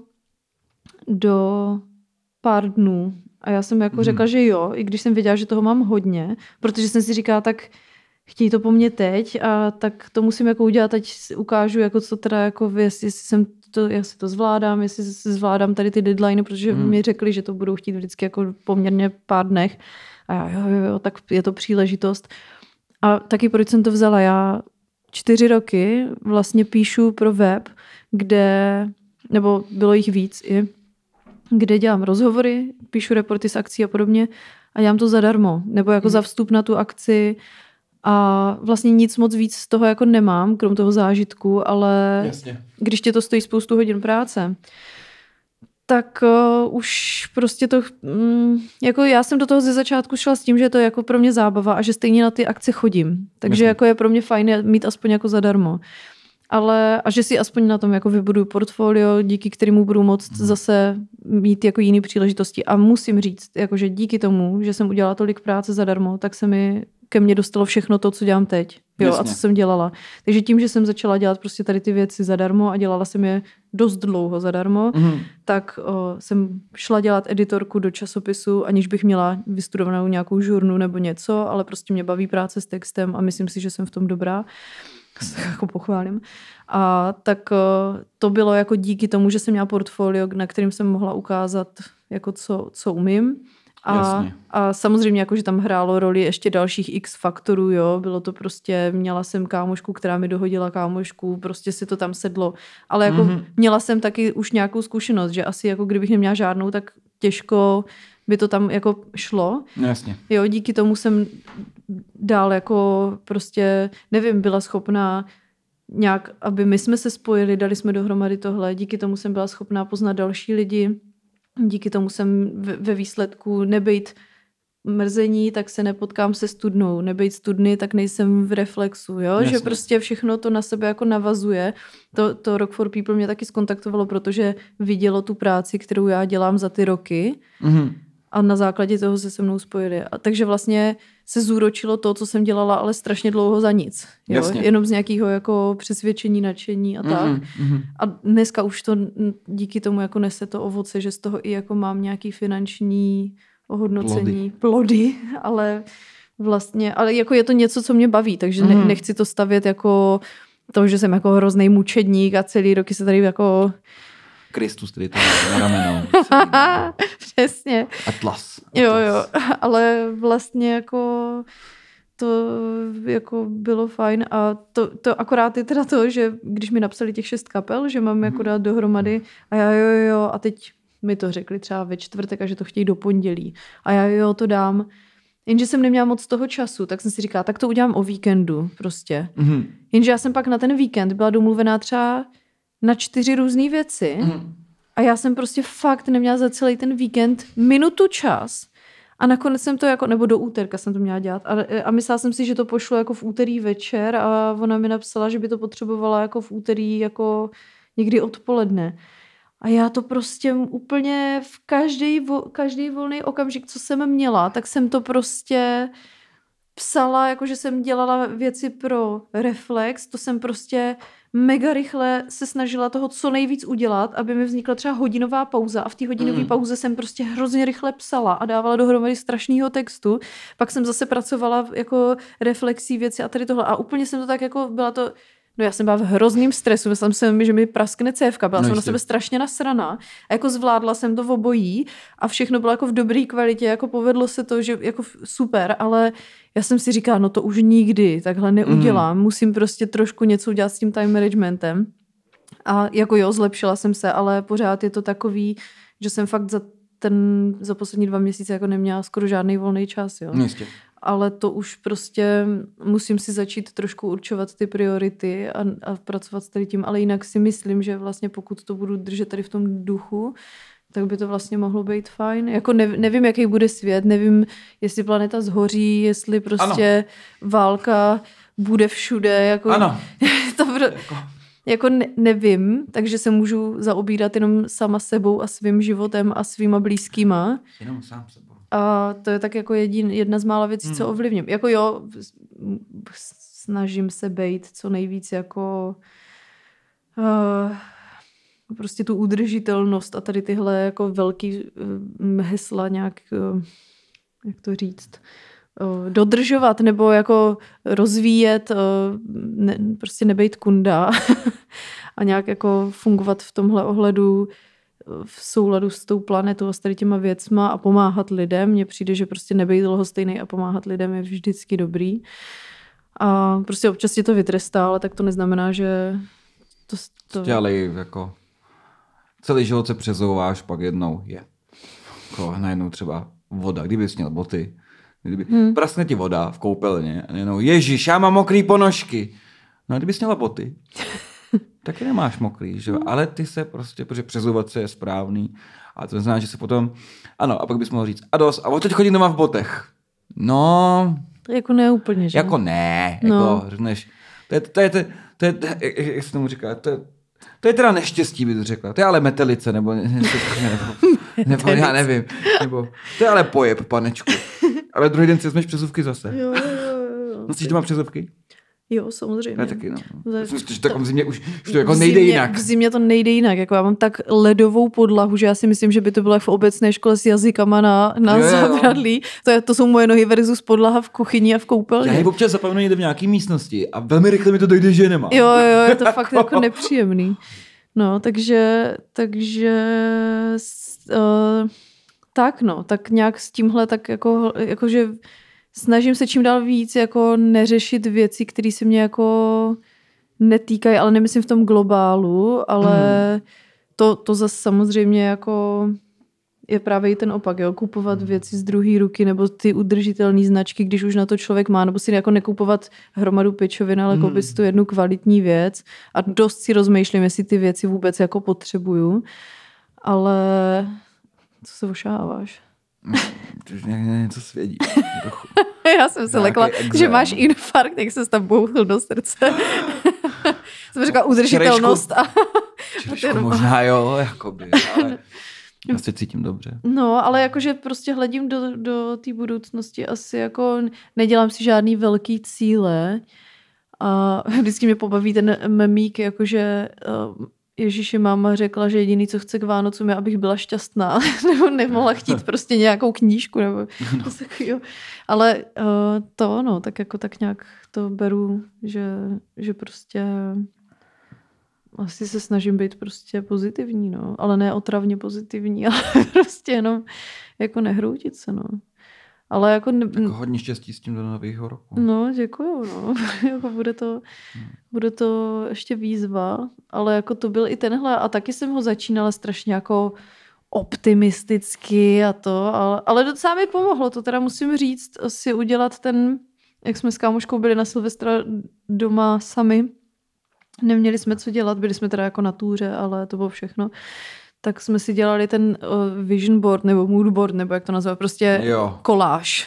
do pár dnů. A já jsem jako hmm. řekla, že jo, i když jsem věděla, že toho mám hodně, protože jsem si říkala, tak chtějí to po mně teď a tak to musím jako udělat, teď ukážu, jako co teda, jako jestli jsem to, jestli to zvládám, jestli zvládám tady ty deadliny, protože hmm. mi řekli, že to budou chtít vždycky jako poměrně pár dnech. A já, jo, jo, jo, tak je to příležitost. A taky proč jsem to vzala? Já čtyři roky vlastně píšu pro web, kde, nebo bylo jich víc i, kde dělám rozhovory, píšu reporty z akcí a podobně a dělám to zadarmo, nebo jako hmm. za vstup na tu akci a vlastně nic moc víc z toho jako nemám, krom toho zážitku, ale Jasně. když tě to stojí spoustu hodin práce, tak uh, už prostě to, mm, jako já jsem do toho ze začátku šla s tím, že je to jako pro mě zábava a že stejně na ty akce chodím, takže Jasně. jako je pro mě fajn mít aspoň jako zadarmo. Ale a že si aspoň na tom jako vybuduju portfolio, díky kterému budu moct hmm. zase mít jako jiný příležitosti. A musím říct, jakože díky tomu, že jsem udělala tolik práce zadarmo, tak se mi ke mně dostalo všechno to, co dělám teď. Jo, a co jsem dělala. Takže tím, že jsem začala dělat prostě tady ty věci zadarmo a dělala jsem je dost dlouho zadarmo, hmm. tak o, jsem šla dělat editorku do časopisu, aniž bych měla vystudovanou nějakou žurnu nebo něco, ale prostě mě baví práce s textem a myslím si, že jsem v tom dobrá. Jako pochválím. A tak to bylo jako díky tomu, že jsem měla portfolio, na kterým jsem mohla ukázat, jako co, co umím. A, a samozřejmě, jako, že tam hrálo roli ještě dalších x faktorů, jo. Bylo to prostě, měla jsem kámošku, která mi dohodila kámošku, prostě si to tam sedlo. Ale jako mm-hmm. měla jsem taky už nějakou zkušenost, že asi jako kdybych neměla žádnou, tak těžko by to tam jako šlo. Jasně. Jo, díky tomu jsem dál jako prostě, nevím, byla schopná nějak, aby my jsme se spojili, dali jsme dohromady tohle, díky tomu jsem byla schopná poznat další lidi, díky tomu jsem ve výsledku nebejt mrzení, tak se nepotkám se studnou, nebejt studny, tak nejsem v reflexu, jo, Jasně. že prostě všechno to na sebe jako navazuje. To, to Rock for People mě taky skontaktovalo, protože vidělo tu práci, kterou já dělám za ty roky, mm-hmm. a na základě toho se se mnou spojili. A takže vlastně se zúročilo to, co jsem dělala, ale strašně dlouho za nic. Jo? Jenom z nějakého jako přesvědčení, nadšení a tak. Mm-hmm. A dneska už to díky tomu jako nese to ovoce, že z toho i jako mám nějaký finanční ohodnocení, plody, plody ale vlastně, ale jako je to něco, co mě baví, takže mm-hmm. ne, nechci to stavět jako to, že jsem jako hrozný mučedník a celý roky se tady jako Kristus, tedy to na ramenou. Přesně. Atlas. Atlas. Jo, jo, ale vlastně jako to jako bylo fajn a to, to akorát je teda to, že když mi napsali těch šest kapel, že mám jako dát dohromady a já jo, jo, a teď mi to řekli třeba ve čtvrtek a že to chtějí do pondělí a já jo, to dám. Jenže jsem neměla moc toho času, tak jsem si říkala, tak to udělám o víkendu prostě. Mm-hmm. Jenže já jsem pak na ten víkend byla domluvená třeba na čtyři různé věci mm. a já jsem prostě fakt neměla za celý ten víkend minutu čas a nakonec jsem to jako, nebo do úterka jsem to měla dělat a, a myslela jsem si, že to pošlu jako v úterý večer a ona mi napsala, že by to potřebovala jako v úterý jako někdy odpoledne. A já to prostě úplně v každý, vo, každý volný okamžik, co jsem měla, tak jsem to prostě psala, jakože jsem dělala věci pro reflex, to jsem prostě mega rychle se snažila toho co nejvíc udělat, aby mi vznikla třeba hodinová pauza a v té hodinové mm. pauze jsem prostě hrozně rychle psala a dávala dohromady strašnýho textu. Pak jsem zase pracovala jako reflexí věci a tady tohle a úplně jsem to tak jako, byla to, no já jsem byla v hrozným stresu, myslela jsem, že mi praskne cévka, byla no jsem jistě. Na sebe strašně nasraná a jako zvládla jsem to v obojí a všechno bylo jako v dobré kvalitě, jako povedlo se to, že jako super, ale já jsem si říkala, no to už nikdy takhle neudělám, mm. musím prostě trošku něco udělat s tím time managementem a jako jo, zlepšila jsem se, ale pořád je to takový, že jsem fakt za ten, za poslední dva měsíce jako neměla skoro žádný volný čas, jo. Jistě. Ale to už prostě musím si začít trošku určovat ty priority a, a pracovat s tady tím, ale jinak si myslím, že vlastně pokud to budu držet tady v tom duchu, tak by to vlastně mohlo být fajn. Jako ne, nevím, jaký bude svět, nevím, jestli planeta zhoří, jestli prostě ano. válka bude všude. Jako, ano. to pro, jako, jako ne, nevím, takže se můžu zaobírat jenom sama sebou a svým životem a svýma blízkýma. Jenom sám sebou. A to je tak jako jedin, jedna z mála věcí, hmm. co ovlivním. Jako jo, snažím se bejt co nejvíc jako uh, prostě tu udržitelnost a tady tyhle jako velký uh, hesla nějak, uh, jak to říct, uh, dodržovat nebo jako rozvíjet, uh, ne, prostě nebejt kunda a nějak jako fungovat v tomhle ohledu v souladu s tou planetou a s tady těma věcma a pomáhat lidem. Mně přijde, že prostě nebejt lhostejnej a pomáhat lidem je vždycky dobrý. A prostě občas tě to vytrestá, ale tak to neznamená, že to... to... Ale jako celý život se přezouváš, pak jednou je. Jako najednou třeba voda. Kdybys měl boty, kdyby... Hmm. praskne ti voda v koupelně a najednou ježiš, já mám mokrý ponožky. No a kdybys měla boty, taky nemáš mokrý, že jo? Ale ty se prostě, protože přezouvat se je správný. A to znamená, že se potom, ano, a pak bys mohl říct, a dost, a teď chodím doma v botech. No. To jako ne úplně, že? Jako ne, no. Jako řekneš, to je, to je, to je, to je, to je jak, jak se tomu říká, to je, to je teda neštěstí, by to řekla. To je ale metelice, nebo, nebo, nebo já nevím, nebo, to je ale pojeb, panečku. Ale druhý den si vezmeš přezůvky zase. Jo, jo, jo. Nosíš doma přezůvky? Jo, samozřejmě. Já taky, no. Myslím, že tak v zimě už, už to jako nejde zimě, jinak. V zimě to nejde jinak. Jako já mám tak ledovou podlahu, že já si myslím, že by to bylo v obecné škole s jazykama na, na zábradlí. To, je, to jsou moje nohy versus podlaha v kuchyni a v koupelně. Já je občas zapomenu někde v nějaké místnosti a velmi rychle mi to dojde, že nemám. Jo, jo, je to fakt jako nepříjemný. No, takže, takže uh, tak no, tak nějak s tímhle tak jako, jakože snažím se čím dál víc jako neřešit věci, které se mě jako netýkají, ale nemyslím v tom globálu, ale mm. to, to zase samozřejmě jako je právě i ten opak, jo? Kupovat věci z druhé ruky nebo ty udržitelné značky, když už na to člověk má, nebo si jako nekupovat hromadu pečovin, ale mm. koupit si tu jednu kvalitní věc a dost si rozmýšlím, jestli ty věci vůbec jako potřebuju, ale co se ošáváš? Něco svědí. Já jsem se lekla, exém. Že máš infarkt, jak se tam bouchl do srdce. Jsem říkala udržitelnost. A... Čerešku možná jo, jakoby, ale já se cítím dobře. No, ale jakože prostě hledím do, do té budoucnosti asi jako nedělám si žádný velký cíle a vždycky mě pobaví ten memík, jakože Ježíši, máma řekla, že jediný, co chce k Vánocům je, abych byla šťastná. Nebo nemohla chtít prostě nějakou knížku. Nebo no. takovýho. Ale uh, to, no, tak jako tak nějak to beru, že, že prostě asi se snažím být prostě pozitivní, no. Ale ne otravně pozitivní, ale prostě jenom jako nehroutit se, no. Ale jako... Ne... Jako hodně štěstí s tím do nového roku. No, děkuju, no. jako bude to, hmm. bude to ještě výzva, ale jako to byl i tenhle a taky jsem ho začínala strašně jako optimisticky a to, ale, ale docela mi pomohlo, to teda musím říct, si udělat ten, jak jsme s kámoškou byli na Silvestra doma sami, neměli jsme co dělat, byli jsme teda jako na túře, ale to bylo všechno. Tak jsme si dělali ten uh, vision board nebo mood board, nebo jak to nazvat, prostě jo. koláž.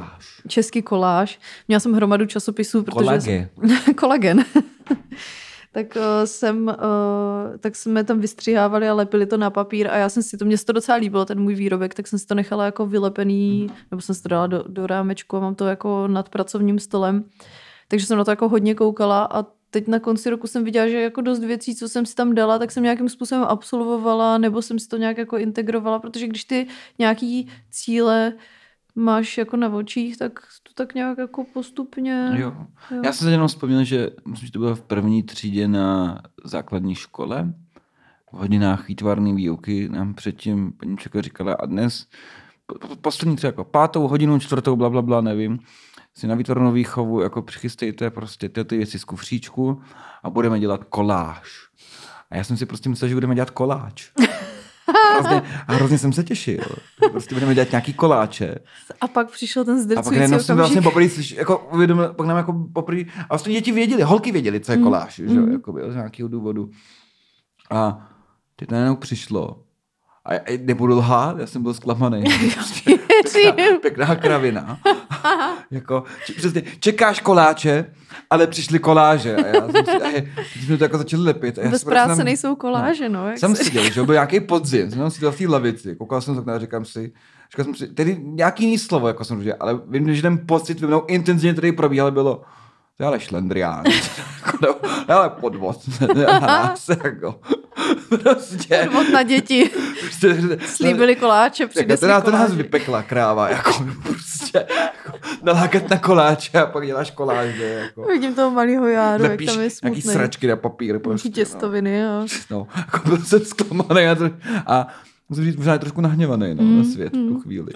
Koláž. Český koláž. Měla jsem hromadu časopisů, protože... Kolage. Kolagen. tak uh, jsem, uh, tak jsme tam vystřihávali a lepili to na papír a já jsem si to, mě se to docela líbilo, ten můj výrobek, tak jsem si to nechala jako vylepený, nebo jsem si to dala do, do rámečku a mám to jako nad pracovním stolem. Takže jsem na to jako hodně koukala a teď na konci roku jsem viděla, že jako dost věcí, co jsem si tam dala, tak jsem nějakým způsobem absolvovala, nebo jsem si to nějak jako integrovala, protože když ty nějaký cíle máš jako na očích, tak to tak nějak jako postupně... Jo. jo. Já jsem se jenom vzpomněl, že myslím, že to bylo v první třídě na základní škole. V hodinách výtvarné výuky nám předtím paní učitelka říkala a dnes poslední třeba jako pátou hodinu, čtvrtou, blablabla, bla, bla, nevím, si na výtvarnou výchovu jako přichystejte prostě ty, ty věci z kufříčku a budeme dělat koláž. A já jsem si prostě myslel, že budeme dělat koláč. Hrozně, a hrozně jsem se těšil. Prostě budeme dělat nějaký koláče. A pak přišel ten zdrcující okamžik. A pak jsem vlastně poprvé slyšel, jako uvědomil, pak nám jako poprvé, a vlastně děti věděli, holky věděli, co je koláž, mm. že jo, jako byl z nějakého důvodu. A teď to najednou přišlo. A já nebudu lhát, já jsem byl zklamaný. Prostě pěkná, pěkná kravina. Jako, přesně, čekáš koláče, ale přišli koláže. A já jsem si, a je, jsme to jako začali lepit. A já bez práce tam, nejsou koláže, no. no jsem seděl, že byl nějaký podzim, jsem seděl v té lavici, koukal jsem se a říkám si, říkal jsem si, tedy nějaký jiný slovo, jako jsem říkal, ale vím, že ten pocit ve mnou intenzivně tady probíhal, bylo, to je ale šlendrián, ale podvod, jako... Prostě. Podvod na děti. Slíbili koláče, přinesli koláče. To nás vypekla kráva, jako prostě jako, nalákat na koláče a pak děláš koláže. Jako. Vidím toho malýho Járu, jak tam je smutný. Nějaký sračky na papír. Prostě, těstoviny, no. No, jako byl jsem zklamaný a, a musím říct, možná je trošku nahněvaný no, mm, na svět mm. v tu chvíli.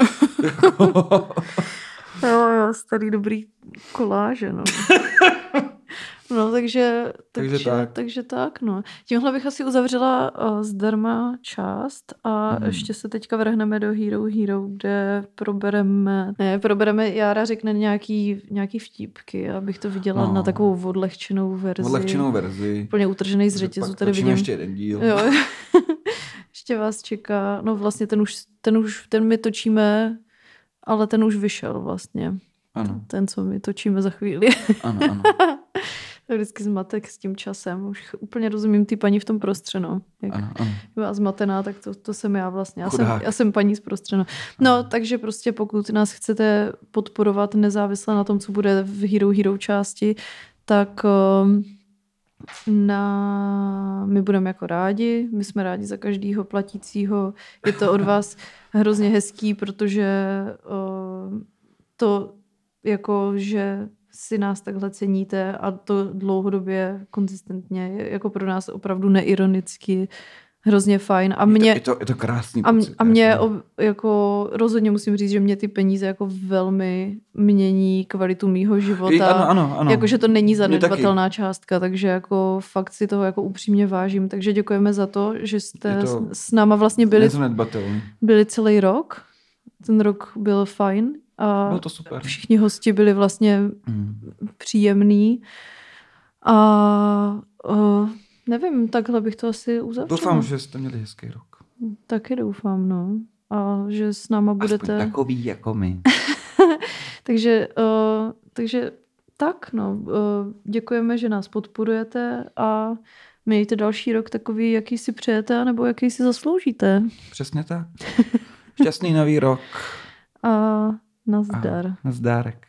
Jo, jo, starý dobrý koláže, no. No, takže, takže, takže, tak. takže tak, no. Tímhle bych asi uzavřela uh, zdarma část a mm. ještě se teďka vrhneme do Hero Hero, kde probereme, ne, probereme, Jára řekne nějaký, nějaký vtípky, abych to viděla no. na takovou odlehčenou verzi. Odlehčenou verzi. Úplně utržený z řetězu, tady vidím. ještě jeden díl. Jo. Ještě vás čeká, no vlastně ten už, ten už, ten my točíme, ale ten už vyšel vlastně. Ano. Ten, co my točíme za chvíli. Ano, ano. To je vždycky zmatek s tím časem. Už úplně rozumím ty paní v tom prostřeno. Jak ano, ano. byla zmatená, tak to, to jsem já vlastně. Já jsem, já jsem paní z prostřeno. No, ano. Takže prostě pokud nás chcete podporovat nezávisle na tom, co bude v Hero Hero části, tak na... my budeme jako rádi. My jsme rádi za každýho platícího. Je to od vás hrozně hezký, protože to jako, že si nás takhle ceníte a to dlouhodobě konzistentně je jako pro nás opravdu neironicky hrozně fajn. A mě, je, to, je, to, je to krásný a, pocit. A mě jako rozhodně musím říct, že mě ty peníze jako velmi mění kvalitu mýho života. Ano, ano, ano. Jakože to není zanedbatelná částka, takže jako fakt si toho jako upřímně vážím. Takže děkujeme za to, že jste s náma vlastně byli, byli celý rok. Ten rok byl fajn. A bylo to super. Všichni hosti byli vlastně mm. příjemný. A uh, nevím, takhle bych to asi uzavřela. Doufám, že jste měli hezký rok. Taky doufám, no. A že s náma budete... Aspoň takový jako my. takže, uh, takže tak, no. Uh, děkujeme, že nás podporujete a mějte další rok takový, jaký si přejete, nebo jaký si zasloužíte. Přesně tak. Šťastný nový rok. A nazdar. A nazdárek.